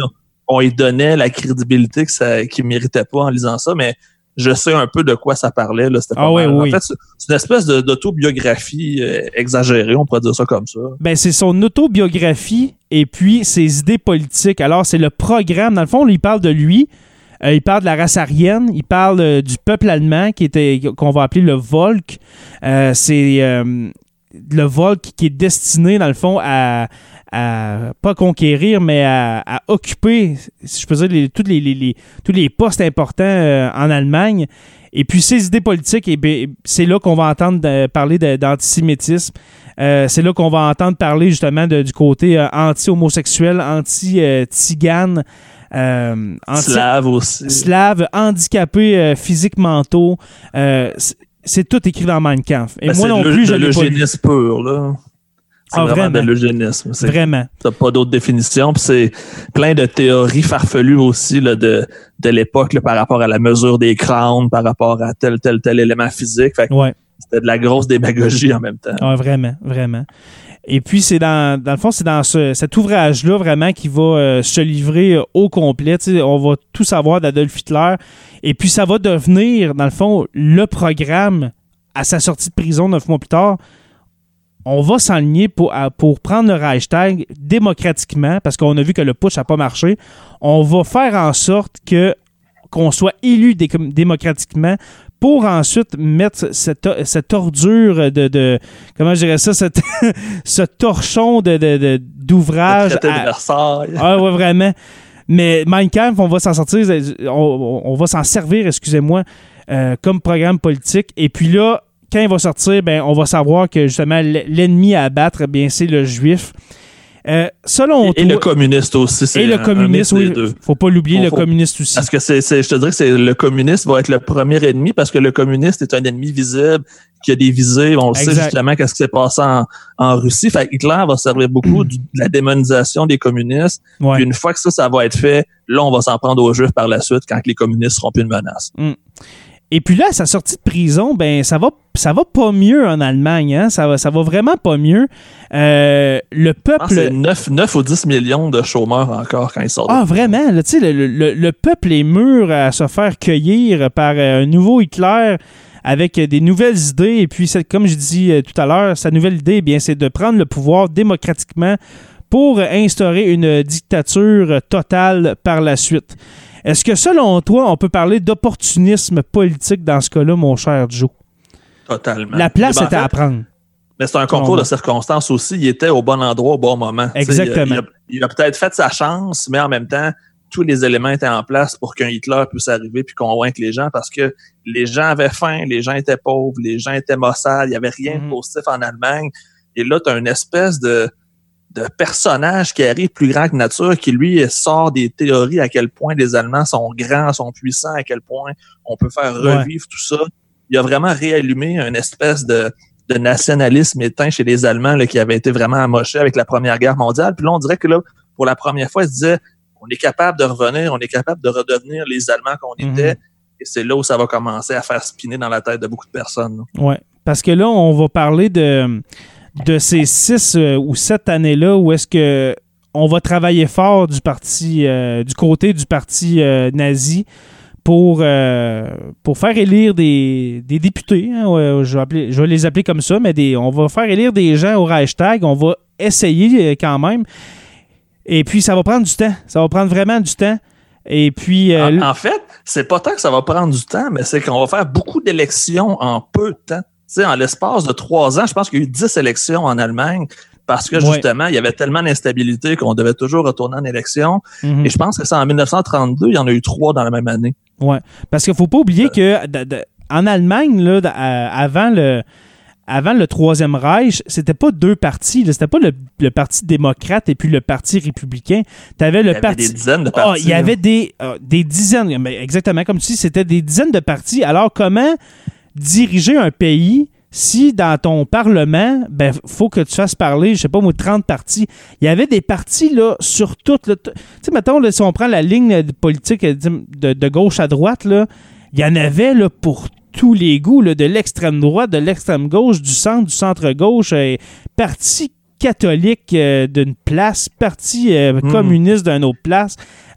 on lui donnait la crédibilité qu'il méritait pas en lisant ça, mais je sais un peu de quoi ça parlait. Là, c'était pas mal. Oui. En fait, c'est une espèce d'autobiographie exagérée, on pourrait dire ça comme ça. Ben, c'est son autobiographie et puis ses idées politiques. Alors, c'est le programme. Dans le fond, il parle de lui. Il parle de la race aryenne. Il parle du peuple allemand qu'on va appeler le Volk. C'est le Volk qui est destiné, dans le fond, à pas conquérir, mais à occuper, si je peux dire, tous les postes importants en Allemagne. Et puis, ces idées politiques, c'est là qu'on va entendre parler d'antisémitisme. C'est là qu'on va entendre parler, justement, du côté anti-homosexuel, anti-tzigane, slave aussi. Slave, handicapé physique, mentaux. C'est tout écrit dans Mein Kampf. Et moi non plus, je l'ai pas lu. L'eugénisme pur, là. C'est vraiment de l'eugénisme. Vraiment. T'as pas d'autre définition. Puis c'est plein de théories farfelues aussi là, de l'époque là, par rapport à la mesure des crânes, par rapport à tel élément physique. Fait que c'était de la grosse démagogie en même temps. Ah, vraiment, vraiment. Et puis, c'est dans le fond, c'est dans cet ouvrage-là vraiment qui va se livrer au complet. T'sais, on va tout savoir d'Adolf Hitler. Et puis, ça va devenir, dans le fond, le programme à sa sortie de prison 9 mois plus tard. On va s'enligner pour prendre le Reichstag démocratiquement, parce qu'on a vu que le putsch n'a pas marché. On va faire en sorte qu'on soit élu démocratiquement pour ensuite mettre cette ordure de comment je dirais ça, ce torchon d'ouvrage. Le traité de Versailles. Ah ouais, vraiment. Mais Mein Kampf, on va s'en sortir, on va s'en servir, excusez-moi, comme programme politique. Et puis là, quand il va sortir, ben, on va savoir que justement l'ennemi à abattre, bien, c'est le juif. Selon toi, le communiste aussi. Et le communiste, oui. Faut pas l'oublier, le communiste aussi. Parce que je te dirais que le communiste va être le premier ennemi parce que le communiste est un ennemi visible, qui a des visées. On le sait justement qu'est-ce qui s'est passé en Russie. Fait que Hitler va servir beaucoup de la démonisation des communistes. Ouais. Puis une fois que ça va être fait, là, on va s'en prendre aux juifs par la suite quand les communistes seront plus une menace. Et puis là, à sa sortie de prison, ben ça va pas mieux en Allemagne, hein? Ça va vraiment pas mieux. Le peuple... c'est 9 ou 10 millions de chômeurs encore quand ils sortent. Ah, vraiment? Tu sais, le peuple est mûr à se faire cueillir par un nouveau Hitler avec des nouvelles idées. Et puis, comme je dis tout à l'heure, sa nouvelle idée, eh bien, c'est de prendre le pouvoir démocratiquement pour instaurer une dictature totale par la suite. Est-ce que, selon toi, on peut parler d'opportunisme politique dans ce cas-là, mon cher Joe? Totalement. La place était à prendre. Mais c'est un concours de circonstances aussi. Il était au bon endroit au bon moment. Exactement. Il a peut-être fait sa chance, mais en même temps, tous les éléments étaient en place pour qu'un Hitler puisse arriver puis convaincre les gens parce que les gens avaient faim, les gens étaient pauvres, les gens étaient maussades, il n'y avait rien de positif en Allemagne. Et là, tu as une espèce de personnage qui arrive plus grand que nature, qui lui sort des théories à quel point les Allemands sont grands, sont puissants, à quel point on peut faire revivre tout ça. Il a vraiment réallumé une espèce de nationalisme éteint chez les Allemands là, qui avait été vraiment amoché avec la Première Guerre mondiale. Puis là, on dirait que là, pour la première fois, il se disait on est capable de revenir, on est capable de redevenir les Allemands qu'on était. Et c'est là où ça va commencer à faire spinner dans la tête de beaucoup de personnes. Oui, parce que là, on va parler de ces 6 ou 7 années-là où est-ce que on va travailler fort du côté du parti nazi pour faire élire des députés. Hein, je vais les appeler comme ça, mais on va faire élire des gens au Reichstag. On va essayer quand même. Et puis, ça va prendre du temps. Ça va prendre vraiment du temps. Et puis, en fait, c'est pas tant que ça va prendre du temps, mais c'est qu'on va faire beaucoup d'élections en peu de temps. Tu sais, en l'espace de 3 ans, je pense qu'il y a eu 10 élections en Allemagne parce que, justement, il y avait tellement d'instabilité qu'on devait toujours retourner en élection. Et je pense que c'est en 1932, il y en a eu 3 dans la même année. Oui, parce qu'il ne faut pas oublier que en Allemagne, là, avant le Troisième Reich, c'était pas 2 partis. Là, c'était pas le Parti démocrate et puis le Parti républicain. T'avais le parti... Il y avait des dizaines de partis. Il y avait des dizaines. Mais exactement, comme tu dis, c'était des dizaines de partis. Alors, comment diriger un pays si dans ton parlement, ben, faut que tu fasses parler, je sais pas moi, 30 partis. Il y avait des partis, là, sur toutes. Tu sais, mettons, là, si on prend la ligne politique de gauche à droite, là, il y en avait, là, pour tous les goûts, là, de l'extrême droite, de l'extrême gauche, du centre-gauche, parti catholique d'une place, parti communiste d'une autre place,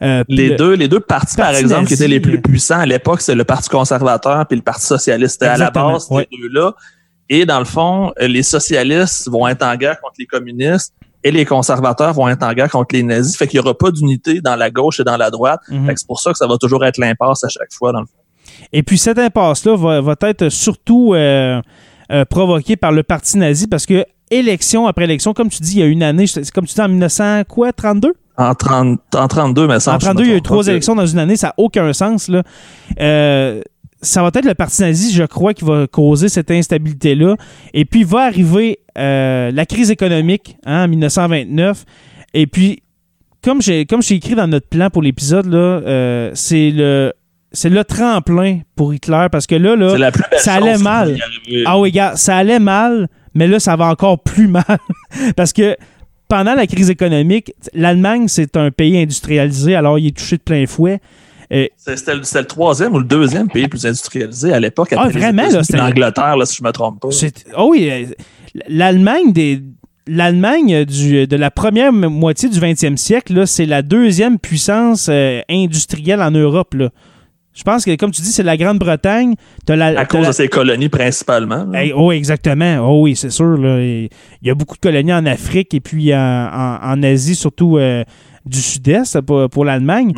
Les deux partis, par exemple, nazi, qui étaient les plus puissants à l'époque, c'est le Parti conservateur puis le Parti socialiste. C'était à la base, ces deux-là. Et dans le fond, les socialistes vont être en guerre contre les communistes et les conservateurs vont être en guerre contre les nazis. Fait qu'il n'y aura pas d'unité dans la gauche et dans la droite. Fait que c'est pour ça que ça va toujours être l'impasse à chaque fois, dans le fond. Et puis, cette impasse-là va être surtout provoquée par le Parti nazi parce que élection après élection, comme tu dis, il y a une année, comme tu dis, en 1932? En 32, mais ça. En 32, il y a eu 3 élections dans une année, ça n'a aucun sens, là. Ça va être le Parti nazi, je crois, qui va causer cette instabilité-là. Et puis, va arriver la crise économique en 1929. Et puis, comme j'ai écrit dans notre plan pour l'épisode, là, c'est le tremplin pour Hitler. Parce que là ça allait mal. Ah oui, gars, ça allait mal, mais là, ça va encore plus mal. Parce que pendant la crise économique, l'Allemagne, c'est un pays industrialisé, alors il est touché de plein fouet. C'était le 3e ou le 2e pays le plus industrialisé à l'époque. Vraiment, là, c'était l'Angleterre, là, si je ne me trompe pas. Oui, l'Allemagne de la première moitié du 20e siècle, là, c'est la 2e puissance industrielle en Europe. Là. Je pense que, comme tu dis, c'est la Grande-Bretagne. À cause de ses colonies, principalement. Oui, exactement. Oh, oui, c'est sûr. Là. Il y a beaucoup de colonies en Afrique et puis en Asie, surtout du Sud-Est pour l'Allemagne.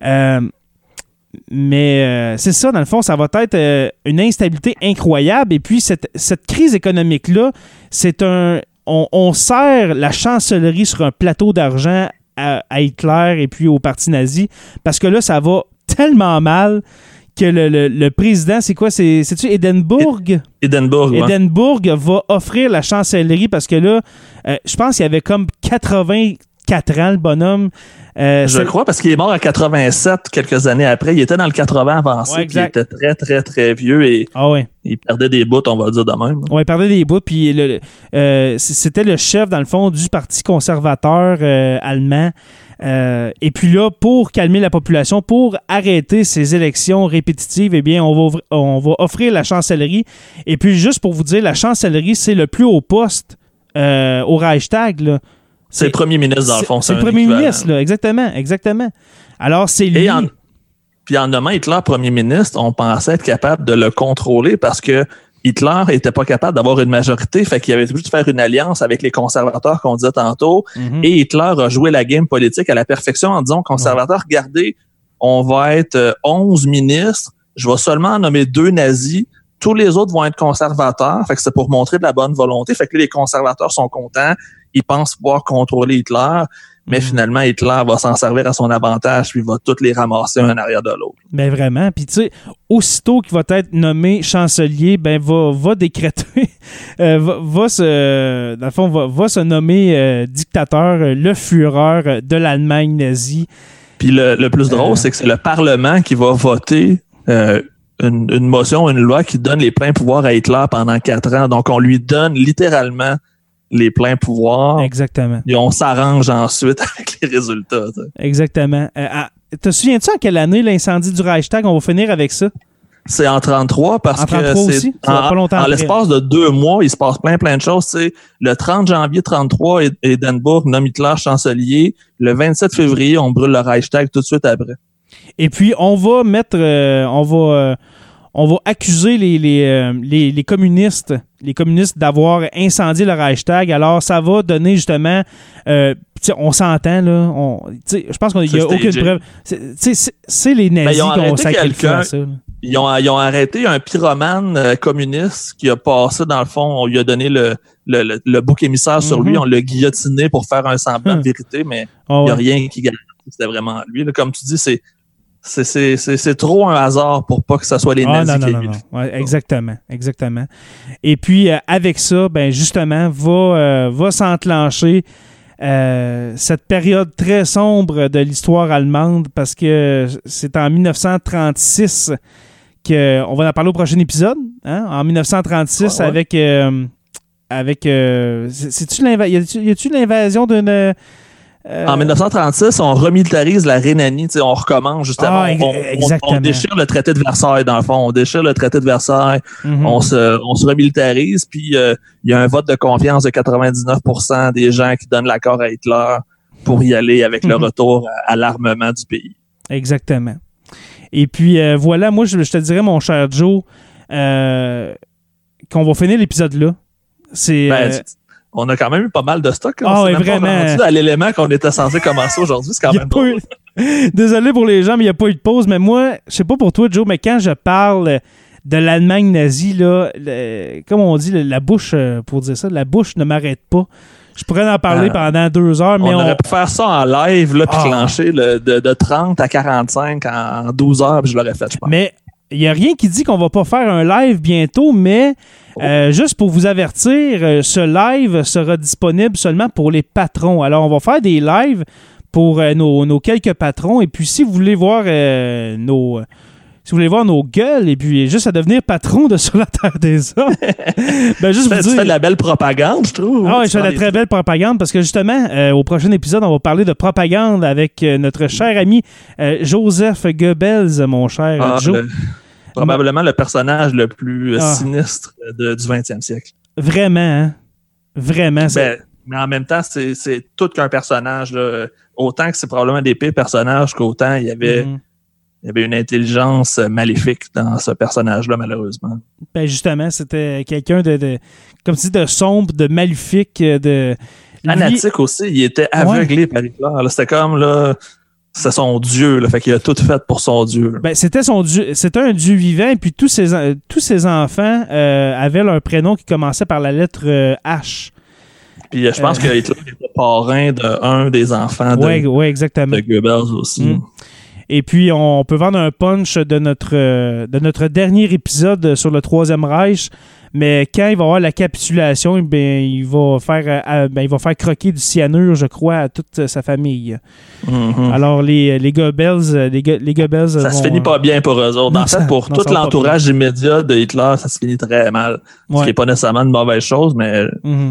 Mais c'est ça, dans le fond, ça va être une instabilité incroyable. Et puis, cette crise économique-là, c'est on sert la chancellerie sur un plateau d'argent à Hitler et puis au parti nazi, parce que là, ça va tellement mal que le président, c'est quoi? C'est-tu Édimbourg? Édimbourg, ouais. Édimbourg va offrir la chancellerie parce que là, je pense qu'il y avait comme 84 ans, le bonhomme. Je crois, parce qu'il est mort à 87 quelques années après. Il était dans le 80 avancé, puis il était très, très, très vieux et il perdait des bouts, on va dire de même. Oui, il perdait des bouts, puis c'était le chef, dans le fond, du Parti conservateur allemand. Et puis là, pour calmer la population, pour arrêter ces élections répétitives, eh bien, on va offrir la chancellerie. Et puis, juste pour vous dire, la chancellerie, c'est le plus haut poste au Reichstag, là. C'est le premier ministre, dans le fond. C'est le premier ministre, là. Exactement. Alors, c'est lui. Puis en nommant Hitler premier ministre, on pensait être capable de le contrôler parce que Hitler n'était pas capable d'avoir une majorité, fait qu'il avait obligé de faire une alliance avec les conservateurs qu'on disait tantôt. Et Hitler a joué la game politique à la perfection en disant aux conservateurs, regardez, on va être 11 ministres, je vais seulement nommer 2 nazis, tous les autres vont être conservateurs, fait que c'est pour montrer de la bonne volonté, fait que les conservateurs sont contents, ils pensent pouvoir contrôler Hitler, mais finalement, Hitler va s'en servir à son avantage, puis il va toutes les ramasser un arrière de l'autre. Mais vraiment, puis tu sais, aussitôt qu'il va être nommé chancelier, ben va décréter, va se nommer dictateur, le Führer de l'Allemagne nazie. Puis le plus drôle, c'est que c'est le Parlement qui va voter une motion, une loi qui donne les pleins pouvoirs à Hitler pendant 4 ans. Donc, on lui donne littéralement les pleins pouvoirs. Exactement. Et on s'arrange ensuite avec les résultats. T'sais. Exactement. Te souviens-tu en quelle année l'incendie du Reichstag? On va finir avec ça. C'est en 33 parce que c'est pas longtemps en l'espace de 2 mois, il se passe plein de choses. T'sais. Le 30 janvier 33, Édimbourg nomme Hitler chancelier. Le 27 février, on brûle le Reichstag tout de suite après. Et puis, on va mettre... on va accuser les communistes d'avoir incendié le Reichstag. Alors, ça va donner justement... on s'entend, là. Je pense qu'il n'y a aucune preuve. C'est les nazis qui ont sacrifié ça. Ils ont arrêté un pyromane communiste qui a passé, dans le fond, on lui a donné le bouc émissaire sur lui, on l'a guillotiné pour faire un semblant de vérité, mais il n'y a rien qui garantit que c'était vraiment lui. Là, comme tu dis, c'est trop un hasard pour pas que ce soit les nazis qui aient eu. Ouais, exactement. Et puis, avec ça, ben justement, va s'enclencher cette période très sombre de l'histoire allemande parce que c'est en 1936 qu'on va en parler au prochain épisode. Hein? En 1936, avec... y a-tu l'invasion d'une... En 1936, on remilitarise la Rhénanie. On recommence justement. On déchire le traité de Versailles, dans le fond. On déchire le traité de Versailles. On se remilitarise. Puis, il y a un vote de confiance de 99% des gens qui donnent l'accord à Hitler. pour y aller avec le retour à l'armement du pays. Exactement. Et puis, voilà, moi, je te dirais, mon cher Joe, qu'on va finir l'épisode là. On a quand même eu pas mal de stock. Ah oui, vraiment. Pas rendu à l'élément qu'on était censé commencer aujourd'hui. C'est quand même drôle. Désolé pour les gens, mais il n'y a pas eu de pause. Mais moi, je sais pas pour toi, Joe, mais quand je parle de l'Allemagne nazie, là, comme on dit, la bouche, pour dire ça, la bouche ne m'arrête pas. Je pourrais en parler pendant 2 heures, mais on aurait pu faire ça en live, là, puis clencher de 30 à 45 en 12 heures, puis je l'aurais fait, je pense. Mais il n'y a rien qui dit qu'on va pas faire un live bientôt, mais juste pour vous avertir, ce live sera disponible seulement pour les patrons. Alors, on va faire des lives pour nos quelques patrons. Et puis, si vous voulez voir nos gueules et puis juste à devenir patron de Sur la Terre des Hommes, ben juste tu fais de la belle propagande, je trouve. Ah oui, je fais de la très belle propagande parce que justement, au prochain épisode, on va parler de propagande avec notre cher ami Joseph Goebbels, mon cher Joe. Probablement le personnage le plus sinistre du 20e siècle. Vraiment, hein? Vraiment. Mais en même temps, c'est tout qu'un personnage. Là. Autant que c'est probablement des pires personnages qu'autant il y avait une intelligence maléfique dans ce personnage-là, malheureusement. Ben justement, c'était quelqu'un comme tu dis, de sombre, de maléfique, de... Fanatique aussi. Il était aveuglé par Hitler. C'était comme, là... C'est son dieu, là, fait qu'il a tout fait pour son dieu. Ben, c'était son dieu, c'était un dieu vivant, et puis tous ses enfants avaient leur prénom qui commençait par la lettre H. Puis je pense que Hitler était parrain d'un des enfants exactement. De Goebbels aussi. Et puis, on peut vendre un punch de notre dernier épisode sur le Troisième Reich. Mais quand il va avoir la capitulation, il va faire croquer du cyanure, je crois, à toute sa famille. Alors, les Goebbels... les Goebbels ça se finit pas bien pour eux autres. En fait, pour tout l'entourage immédiat de Hitler, ça se finit très mal. Ce qui n'est pas nécessairement une mauvaise chose, mais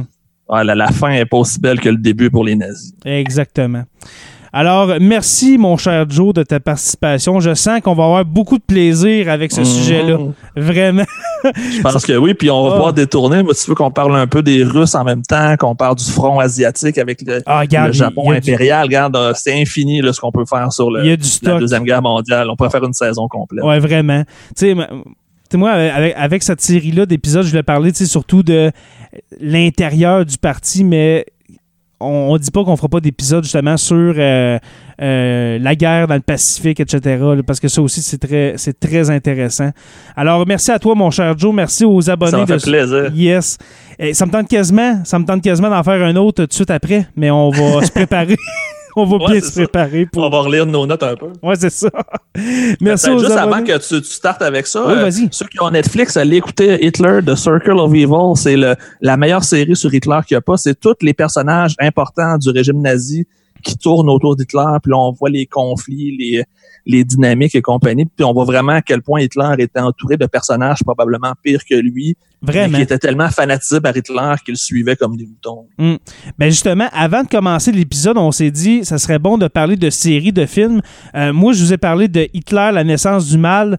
la fin n'est pas aussi belle que le début pour les nazis. Exactement. Alors, merci, mon cher Joe, de ta participation. Je sens qu'on va avoir beaucoup de plaisir avec ce sujet-là. Vraiment. Je pense que oui, puis on va pouvoir détourner. Moi, tu veux qu'on parle un peu des Russes en même temps, qu'on parle du front asiatique avec le Japon impérial. Regarde, c'est infini là, ce qu'on peut faire sur la Deuxième Guerre mondiale. On pourrait faire une saison complète. Oui, vraiment. Tu sais, moi, avec cette série-là d'épisodes, je voulais parler surtout de l'intérieur du parti, mais... On dit pas qu'on fera pas d'épisode justement sur la guerre dans le Pacifique, etc. Là, parce que ça aussi, c'est très intéressant. Alors, merci à toi, mon cher Joe. Merci aux abonnés. Ça me fait plaisir. Yes. Et ça me tente quasiment d'en faire un autre tout de suite après, mais on va se préparer. On va bien se préparer. On va relire nos notes un peu. Oui, c'est ça. Merci aux juste abonnés. avant que tu startes avec ça, vas-y. Ceux qui ont Netflix, allez écouter Hitler, The Circle of Evil. C'est la meilleure série sur Hitler qu'il n'y a pas. C'est tous les personnages importants du régime nazi qui tournent autour d'Hitler. Puis là, on voit les conflits, les dynamiques et compagnie. Puis on voit vraiment à quel point Hitler était entouré de personnages probablement pires que lui. Vraiment. Qui étaient tellement fanatisés par Hitler qu'ils le suivaient comme des moutons. Ben justement, avant de commencer l'épisode, on s'est dit ça serait bon de parler de séries, de films. Moi, je vous ai parlé de Hitler, la naissance du mal.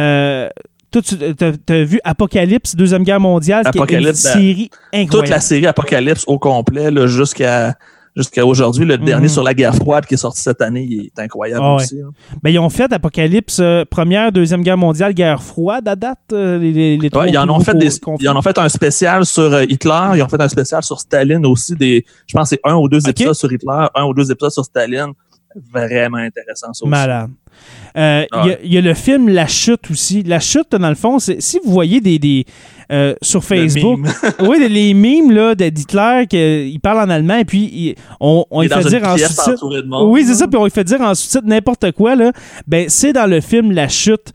Toi, t'as vu Apocalypse, Deuxième Guerre mondiale, qui est une série incroyable. Toute la série Apocalypse au complet, là, jusqu'à aujourd'hui. Le dernier sur la guerre froide qui est sorti cette année, il est incroyable aussi. Hein. Ben, ils ont fait Apocalypse, Première, Deuxième Guerre mondiale, guerre froide à date. Les trois ils en ont fait un spécial sur Hitler, ils ont fait un spécial sur Staline aussi. Je pense que c'est 1 ou 2 épisodes sur Hitler, 1 ou 2 épisodes sur Staline. Vraiment intéressant ça aussi. Malade. Il y a le film La Chute aussi. La Chute, dans le fond, si vous voyez des sur Facebook, les mimes là, d'Hitler, il parle en allemand et puis on lui fait dire en sous-titre. Oui, c'est ça, puis on lui fait dire en sous-titre n'importe quoi. Là. Ben, c'est dans le film La Chute.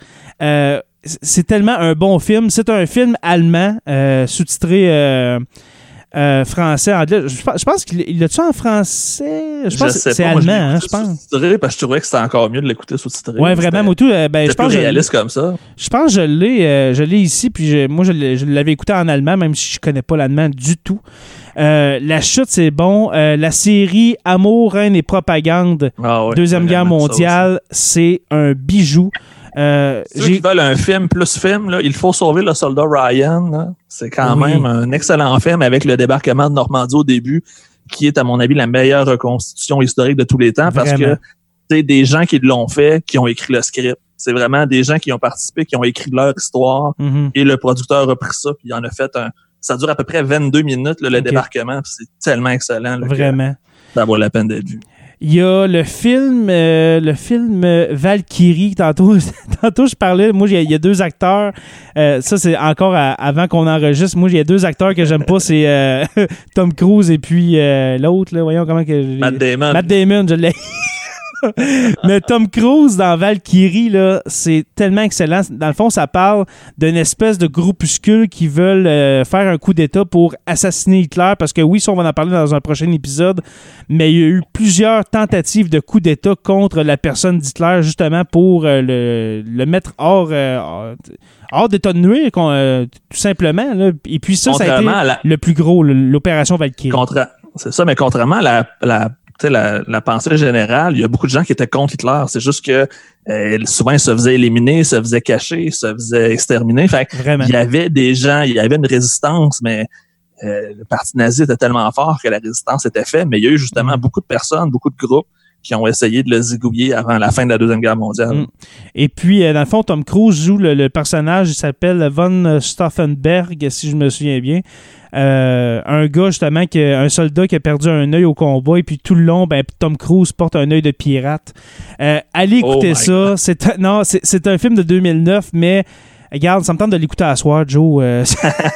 C'est tellement un bon film. C'est un film allemand, sous-titré français, anglais. Je pense qu'il l'a-tu en français? Je pense que c'est allemand, je pense. Sous-titré, parce que je trouvais que c'était encore mieux de l'écouter sous-titré. Ouais, vraiment, moi tout. Je pense plus réaliste comme ça. Je pense que je l'ai ici, puis moi, je l'avais écouté en allemand, même si je connais pas l'allemand du tout. La Chute, c'est bon. La série Amour, haine et propagande, Deuxième Guerre mondiale, c'est un bijou. Ceux qui veulent un film plus film, là, Il faut sauver le soldat Ryan. Là. C'est quand même un excellent film avec le débarquement de Normandie au début. qui est, à mon avis, la meilleure reconstitution historique de tous les temps parce que c'est des gens qui l'ont fait, qui ont écrit le script. C'est vraiment des gens qui ont participé, qui ont écrit leur histoire et le producteur a pris ça puis il en a fait ça dure à peu près 22 minutes, le débarquement. C'est tellement excellent. Là, vraiment. Ça vaut la peine d'être vu. Il y a le film Valkyrie. Tantôt, je parlais. Moi, il y a 2 acteurs. Ça, c'est encore avant qu'on enregistre. Moi, il y a 2 acteurs que j'aime pas. C'est Tom Cruise et puis l'autre. Là, voyons comment que... Matt Damon. Matt Damon, je l'ai. Mais Tom Cruise dans Valkyrie, là, c'est tellement excellent. Dans le fond, ça parle d'une espèce de groupuscule qui veulent faire un coup d'État pour assassiner Hitler. Parce que oui, ça, on va en parler dans un prochain épisode, mais il y a eu plusieurs tentatives de coup d'État contre la personne d'Hitler, justement pour le mettre hors d'état de nuire, tout simplement. Là. Et puis ça a été le plus gros, l'opération Valkyrie. C'est ça, mais contrairement à la pensée générale, il y a beaucoup de gens qui étaient contre Hitler. C'est juste que souvent, ils se faisaient éliminer, se faisaient cacher, se faisaient exterminer. Fait il y avait des gens, il y avait une résistance, mais le parti nazi était tellement fort que la résistance était faite. Mais il y a eu justement beaucoup de personnes, beaucoup de groupes qui ont essayé de le zigouiller avant la fin de la Deuxième Guerre mondiale. Et puis, dans le fond, Tom Cruise joue le personnage, il s'appelle von Stauffenberg, si je me souviens bien. Un gars, justement, un soldat qui a perdu un œil au combat, et puis tout le long, Tom Cruise porte un œil de pirate. Allez écouter ça. C'est un film de 2009, mais regarde, ça me tente de l'écouter à soir, Joe.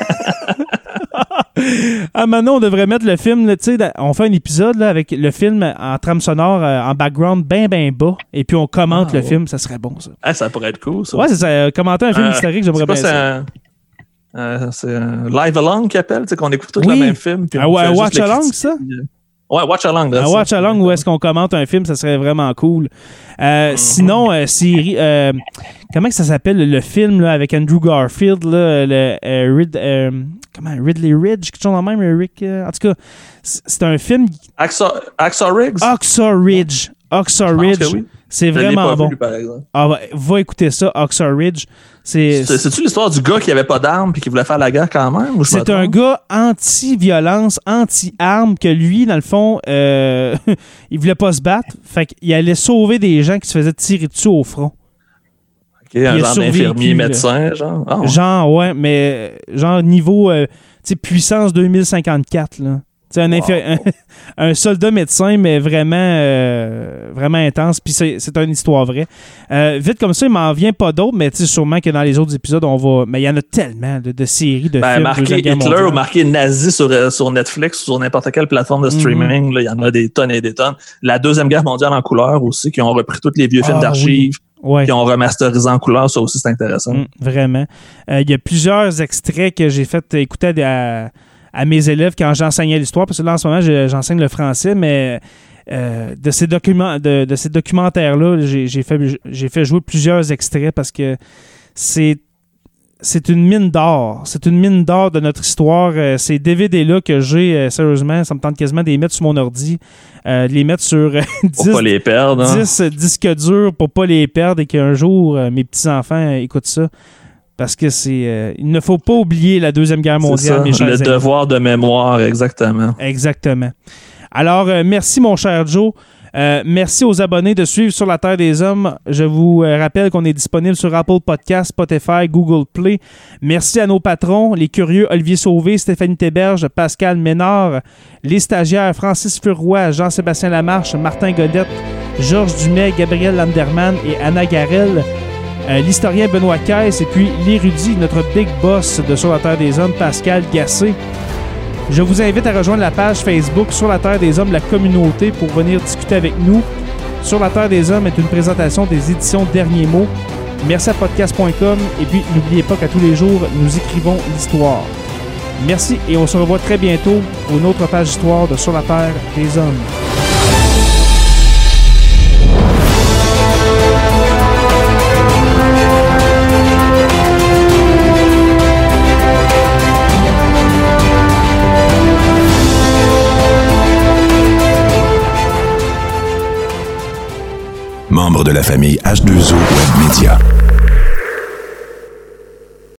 Maintenant, on devrait mettre le film, on fait un épisode là, avec le film en trame sonore, en background bien bas, et puis on commente le film, ça serait bon, ça. Ça pourrait être cool, ça. Ouais, c'est ça. Commenter un film historique, j'aimerais bien ça. C'est un live along qu'ils appellent, qu'on écoute tous le même film. Puis watch along, ça? Ouais, watch along. Un watch along où est-ce qu'on commente un film, ça serait vraiment cool. Sinon, comment que ça s'appelle le film là, avec Andrew Garfield, là, Ridley Ridge, quelque chose dans le même, Rick. En tout cas, c'est un film. Hacksaw Ridge. Oui. C'est vraiment bon. Vu, par exemple. Va écouter ça, Hacksaw Ridge. C'est-tu l'histoire du gars qui avait pas d'armes et qui voulait faire la guerre quand même? C'est un gars anti-violence, anti-armes, que lui, dans le fond, il voulait pas se battre. Fait qu'il allait sauver des gens qui se faisaient tirer dessus au front. OK, un genre d'infirmier médecin, genre? Oh, ouais. Genre, ouais, mais genre niveau puissance 2054, là. Un soldat médecin, mais vraiment intense. Puis c'est une histoire vraie. Vite comme ça, il m'en vient pas d'autres, mais sûrement que dans les autres épisodes, on va. Mais il y en a tellement de séries, de films. Marqué Hitler ou marqué nazi sur Netflix ou sur n'importe quelle plateforme de streaming, il y en a des tonnes et des tonnes. La Deuxième Guerre mondiale en couleur aussi, qui ont repris tous les vieux films d'archives. Oui. Qui ont remasterisé en couleur, ça aussi c'est intéressant. Vraiment. Il y a plusieurs extraits que j'ai fait écouter à mes élèves quand j'enseignais l'histoire, parce que là en ce moment j'enseigne le français, mais de ces documentaires-là, j'ai fait jouer plusieurs extraits parce que c'est une mine d'or. C'est une mine d'or de notre histoire. Ces DVD-là que j'ai, sérieusement, ça me tente quasiment de les mettre sur mon ordi, de les mettre sur 10 pas les perdre, hein? 10 disques durs pour pas les perdre et qu'un jour, mes petits-enfants écoutent ça. Parce que il ne faut pas oublier la Deuxième Guerre mondiale. C'est ça, le devoir de mémoire, exactement. Exactement. Alors, merci mon cher Joe. Merci aux abonnés de suivre Sur la Terre des Hommes. Je vous rappelle qu'on est disponible sur Apple Podcasts, Spotify, Google Play. Merci à nos patrons, les curieux Olivier Sauvé, Stéphanie Théberge, Pascal Ménard, les stagiaires Francis Furoy, Jean-Sébastien Lamarche, Martin Godette, Georges Dumais, Gabriel Landerman et Anna Garel. L'historien Benoît Caisse et puis l'érudit, notre big boss de Sur la Terre des Hommes, Pascal Gassé. Je vous invite à rejoindre la page Facebook Sur la Terre des Hommes, la communauté, pour venir discuter avec nous. Sur la Terre des Hommes est une présentation des éditions Derniers Mots. Merci à podcast.com et puis n'oubliez pas qu'à tous les jours, nous écrivons l'histoire. Merci et on se revoit très bientôt pour une autre page d'histoire de Sur la Terre des Hommes. Membre de la famille H2O Web Media.